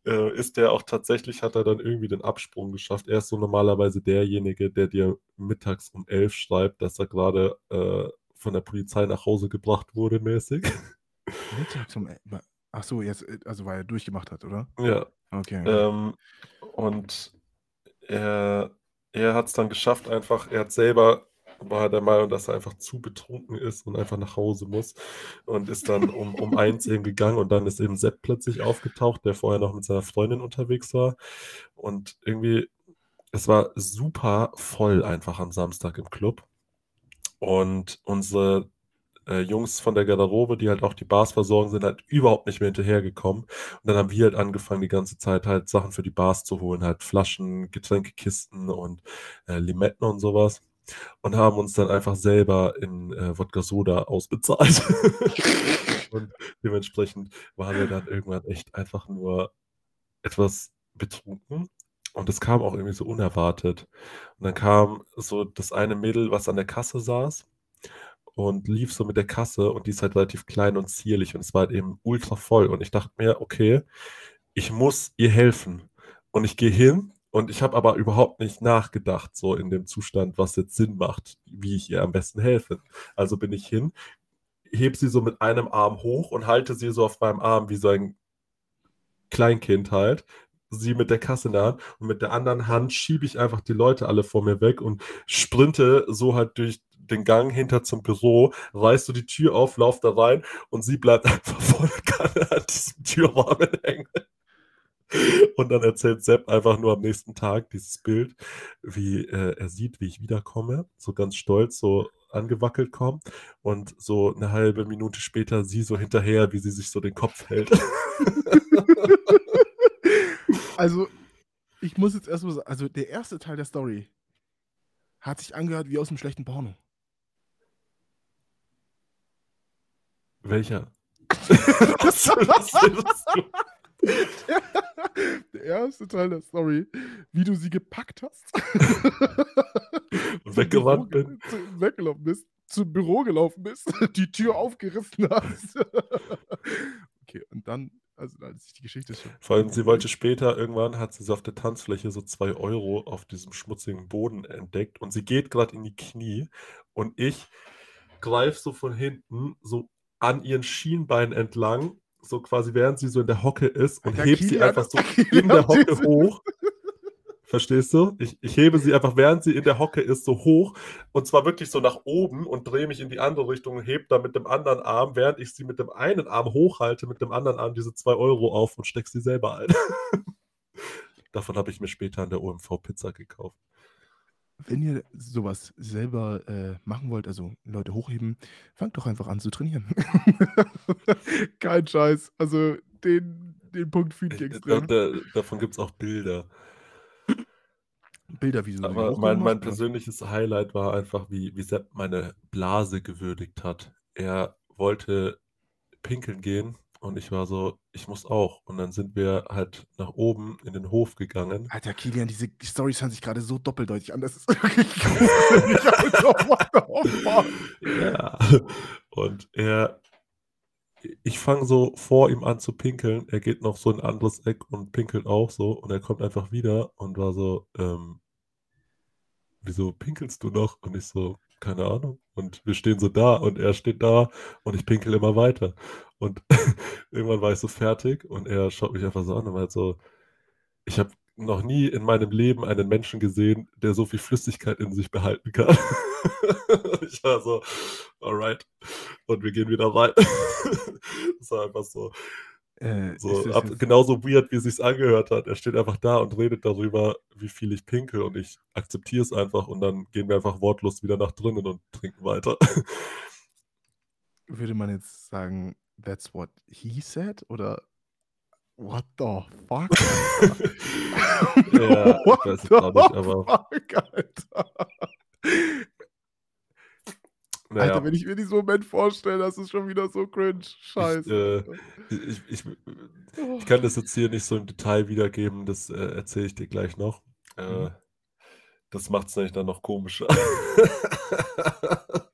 äh, ist der auch tatsächlich, hat er dann irgendwie den Absprung geschafft. Er ist so normalerweise derjenige, der dir mittags um elf schreibt, dass er gerade äh, von der Polizei nach Hause gebracht wurde, mäßig. Mittags um. Ach so, jetzt, äh, also weil er durchgemacht hat, oder? Ja. Okay, okay. Ähm, und er, er hat es dann geschafft, einfach, er hat selber, war der Meinung, dass er einfach zu betrunken ist und einfach nach Hause muss und ist dann um, um eins eben gegangen und dann ist eben Sepp plötzlich aufgetaucht, der vorher noch mit seiner Freundin unterwegs war und irgendwie, es war super voll einfach am Samstag im Club und unsere äh, Jungs von der Garderobe, die halt auch die Bars versorgen, sind halt überhaupt nicht mehr hinterhergekommen. Und dann haben wir halt angefangen, die ganze Zeit halt Sachen für die Bars zu holen, halt Flaschen, Getränkekisten und äh, Limetten und sowas. Und haben uns dann einfach selber in äh, Wodka Soda ausbezahlt. Und dementsprechend waren wir dann irgendwann echt einfach nur etwas betrunken. Und das kam auch irgendwie so unerwartet. Und dann kam so das eine Mädel, was an der Kasse saß und lief so mit der Kasse und die ist halt relativ klein und zierlich und es war halt eben ultra voll und ich dachte mir, okay, ich muss ihr helfen und ich gehe hin und ich habe aber überhaupt nicht nachgedacht, so in dem Zustand, was jetzt Sinn macht, wie ich ihr am besten helfe. Also bin ich hin, heb sie so mit einem Arm hoch und halte sie so auf meinem Arm wie so ein Kleinkind halt, sie mit der Kasse in der Hand und mit der anderen Hand schiebe ich einfach die Leute alle vor mir weg und sprinte so halt durch den Gang hinter zum Büro, reißt so die Tür auf, lauf da rein und sie bleibt einfach voll Kanne an diesem Türrahmen hängen. Und dann erzählt Sepp einfach nur am nächsten Tag dieses Bild, wie äh, er sieht, wie ich wiederkomme, so ganz stolz, so angewackelt kommt und so eine halbe Minute später sie so hinterher, wie sie sich so den Kopf hält. Also, ich muss jetzt erstmal sagen, also der erste Teil der Story hat sich angehört wie aus einem schlechten Porno. Welcher? Was, was redest du? Der erste Teil der Story, wie du sie gepackt hast. Und weggerannt bin. Zu, weggelaufen bist, zum Büro gelaufen bist, die Tür aufgerissen hast. Okay, und dann, also als ich die Geschichte schon. Vor allem, sie wollte später, irgendwann hat sie so auf der Tanzfläche so zwei Euro auf diesem schmutzigen Boden entdeckt und sie geht gerade in die Knie und ich greife so von hinten so an ihren Schienbein entlang, so quasi während sie so in der Hocke ist und Alter, heb sie Kilian, einfach so Kilian, in der Hocke diese- hoch. Verstehst du? Ich, ich hebe sie einfach, während sie in der Hocke ist, so hoch und zwar wirklich so nach oben und drehe mich in die andere Richtung und heb dann mit dem anderen Arm, während ich sie mit dem einen Arm hochhalte, mit dem anderen Arm diese zwei Euro auf und steck sie selber ein. Davon habe ich mir später an der O M V Pizza gekauft. Wenn ihr sowas selber äh, machen wollt, also Leute hochheben, fangt doch einfach an zu trainieren. Kein Scheiß. Also den, den Punkt fühlt ihr Ich, extrem. da, davon gibt es auch Bilder. Bilder, wie so Aber mein, mein persönliches Highlight war einfach, wie, wie Sepp meine Blase gewürdigt hat. Er wollte pinkeln gehen und ich war so, ich muss auch. Und dann sind wir halt nach oben in den Hof gegangen. Alter, Kilian, diese Storys hören sich gerade so doppeldeutig an. Das ist wirklich gruselig. Alter, what the fuck? Ja. Und er, ich fange so vor ihm an zu pinkeln. Er geht noch so in ein anderes Eck und pinkelt auch so. Und er kommt einfach wieder und war so, ähm, wieso pinkelst du noch? Und ich so, keine Ahnung. Und wir stehen so da und er steht da und ich pinkel immer weiter. Und irgendwann war ich so fertig und er schaut mich einfach so an und meint so, ich habe noch nie in meinem Leben einen Menschen gesehen, der so viel Flüssigkeit in sich behalten kann. Ich war so, alright. Und wir gehen wieder rein. Das war einfach so. Äh, So, ist ab, das genauso weird, wie es sich angehört hat. Er steht einfach da und redet darüber, wie viel ich pinkel und ich akzeptiere es einfach und dann gehen wir einfach wortlos wieder nach drinnen und trinken weiter. würde man jetzt sagen, that's what he said? Oder what the fuck? Ja, ich What weiß jetzt the auch nicht, aber fuck, Alter. naja, Alter, wenn ich mir diesen Moment vorstelle, das ist schon wieder so cringe. Scheiße. ich, äh, ich, ich, ich kann das jetzt hier nicht so im Detail wiedergeben, das äh, erzähle ich dir gleich noch. Äh, Mhm. Das macht es nämlich dann noch komischer.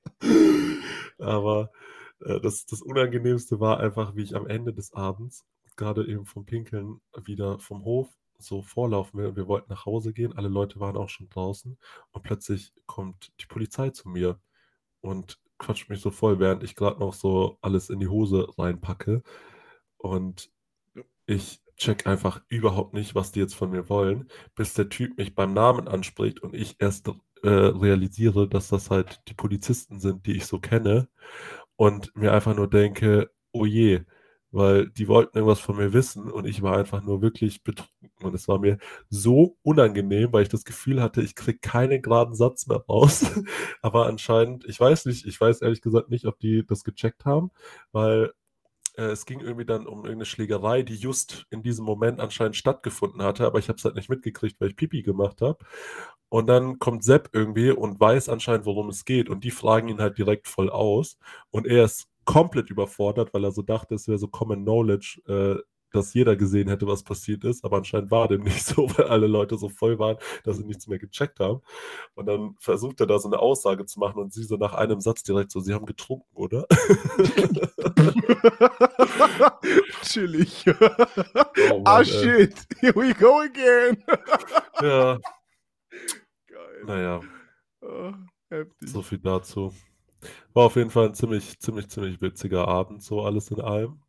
Aber äh, das, das Unangenehmste war einfach, wie ich am Ende des Abends gerade eben vom Pinkeln wieder vom Hof so vorlaufen will und wir wollten nach Hause gehen. Alle Leute waren auch schon draußen und plötzlich kommt die Polizei zu mir und quatscht mich so voll, während ich gerade noch so alles in die Hose reinpacke. Und ich check einfach überhaupt nicht, was die jetzt von mir wollen, bis der Typ mich beim Namen anspricht und ich erst äh, realisiere, dass das halt die Polizisten sind, die ich so kenne und mir einfach nur denke, oh je, weil die wollten irgendwas von mir wissen und ich war einfach nur wirklich betrunken und es war mir so unangenehm, weil ich das Gefühl hatte, ich krieg keinen geraden Satz mehr raus. Aber anscheinend, ich weiß nicht, ich weiß ehrlich gesagt nicht, ob die das gecheckt haben, weil äh, es ging irgendwie dann um irgendeine Schlägerei, die just in diesem Moment anscheinend stattgefunden hatte, aber ich habe es halt nicht mitgekriegt, weil ich Pipi gemacht habe. Und dann kommt Sepp irgendwie und weiß anscheinend, worum es geht. Und die fragen ihn halt direkt voll aus. Und er ist komplett überfordert, weil er so dachte, es wäre so Common Knowledge, äh, dass jeder gesehen hätte, was passiert ist. Aber anscheinend war dem nicht so, weil alle Leute so voll waren, dass sie nichts mehr gecheckt haben. Und dann versucht er da so eine Aussage zu machen und sie so nach einem Satz direkt so, sie haben getrunken, oder? Chillig. Oh Mann, ah, ey. shit. Here we go again. Ja, Geil. naja, Oh, heftig. so viel dazu. War auf jeden Fall ein ziemlich, ziemlich, ziemlich witziger Abend, so alles in allem.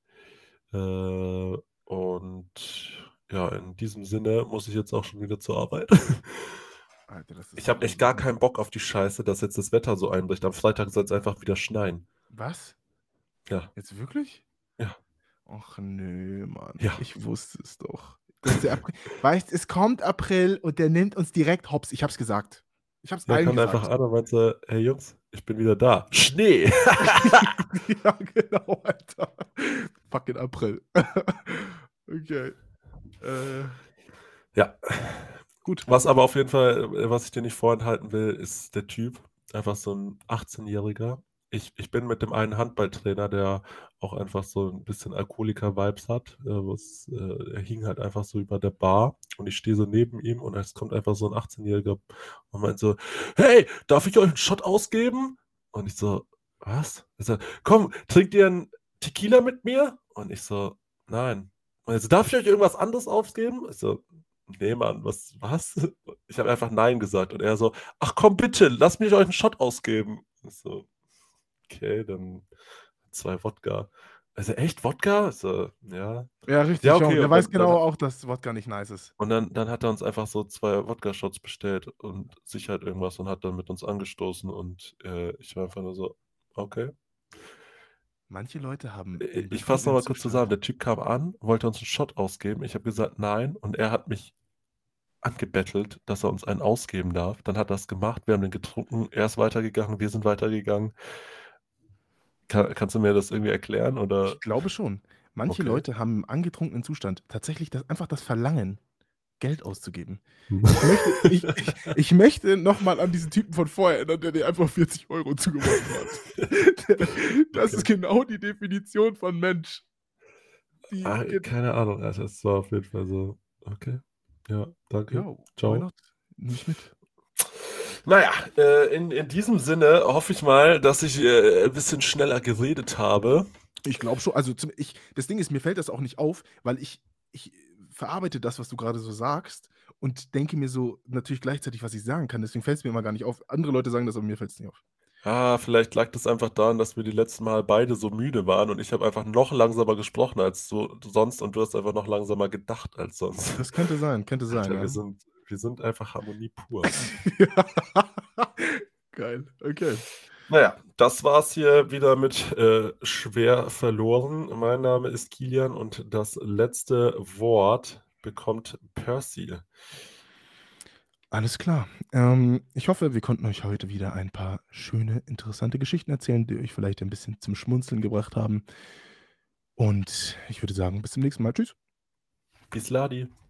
Äh, und ja, in diesem Sinne muss ich jetzt auch schon wieder zur Arbeit. Alter, das ist Ich habe so echt gar dumm. keinen Bock auf die Scheiße, dass jetzt das Wetter so einbricht. Am Freitag soll es einfach wieder schneien. Was? Ja, Jetzt wirklich? ja, Ach nö, Mann. ja. Ich wusste es doch. Das ist der April. Weißt, es kommt April und der nimmt uns direkt hops. Ich hab's gesagt. Ich hab's Der allen kommt gesagt. einfach an und meint so, hey Jungs, ich bin wieder da. Schnee! ja, genau, Alter. Fucking April. okay. Äh, Ja. gut. Was aber auf jeden Fall, äh, was ich dir nicht vorenthalten will, ist der Typ. Einfach so ein achtzehnjähriger. Ich, ich bin mit dem einen Handballtrainer, der auch einfach so ein bisschen Alkoholiker-Vibes hat. Äh, was, äh, er hing halt einfach so über der Bar und ich stehe so neben ihm und es kommt einfach so ein achtzehnjähriger und meint so, hey, darf ich euch einen Shot ausgeben? Und ich so, was? Er sagt, komm, trinkt ihr einen Tequila mit mir? Und ich so, nein. Und er so, darf ich euch irgendwas anderes ausgeben? Ich so, nee, Mann, was, was? Ich habe einfach Nein gesagt und er so, ach komm bitte, lass mich euch einen Shot ausgeben. Ich so, okay, dann zwei Wodka. Also echt Wodka? Ich so, ja. Ja, richtig. Ja, Schon. okay. Der Und weiß dann, genau dann, auch, dass Wodka nicht nice ist. und dann, dann hat er uns einfach so zwei Wodka-Shots bestellt und sich halt irgendwas und hat dann mit uns angestoßen und äh, ich war einfach nur so, okay. Manche Leute haben Äh, im Ich fasse nochmal betrunkenen kurz zusammen. Zustand. Der Typ kam an, wollte uns einen Shot ausgeben. Ich habe gesagt nein und er hat mich angebettelt, dass er uns einen ausgeben darf. Dann hat er es gemacht, wir haben den getrunken, er ist weitergegangen, wir sind weitergegangen. Kann, kannst du mir das irgendwie erklären? Oder? Ich glaube schon. Manche Okay. Leute haben im angetrunkenen Zustand tatsächlich das, einfach das Verlangen, Geld auszugeben. Ich möchte, ich, ich, ich möchte nochmal an diesen Typen von vorher erinnern, der dir einfach vierzig Euro zugeworfen hat. Das Okay. ist genau die Definition von Mensch. Die Ah, geht- keine Ahnung, also es war auf jeden Fall so, okay. Ja, danke. Ja, why Ciao. not? Nimm ich mit. Naja, äh, in, in diesem Sinne hoffe ich mal, dass ich äh, ein bisschen schneller geredet habe. Ich glaube schon. Also zum, ich, das Ding ist, mir fällt das auch nicht auf, weil ich, ich verarbeite das, was du gerade so sagst und denke mir so natürlich gleichzeitig, was ich sagen kann. Deswegen fällt es mir immer gar nicht auf. Andere Leute sagen das, aber mir fällt es nicht auf. Ah, vielleicht lag das einfach daran, dass wir die letzten Mal beide so müde waren und ich habe einfach noch langsamer gesprochen als so, sonst und du hast einfach noch langsamer gedacht als sonst. Das könnte sein, könnte sein, Alter, ja. wir sind, wir sind einfach Harmonie pur. Geil, okay. Naja, das war's hier wieder mit äh, Schwer verloren. Mein Name ist Kilian und das letzte Wort bekommt Percy. Alles klar. Ähm, ich hoffe, wir konnten euch heute wieder ein paar schöne, interessante Geschichten erzählen, die euch vielleicht ein bisschen zum Schmunzeln gebracht haben. Und ich würde sagen, bis zum nächsten Mal. Tschüss. Bis Ladi.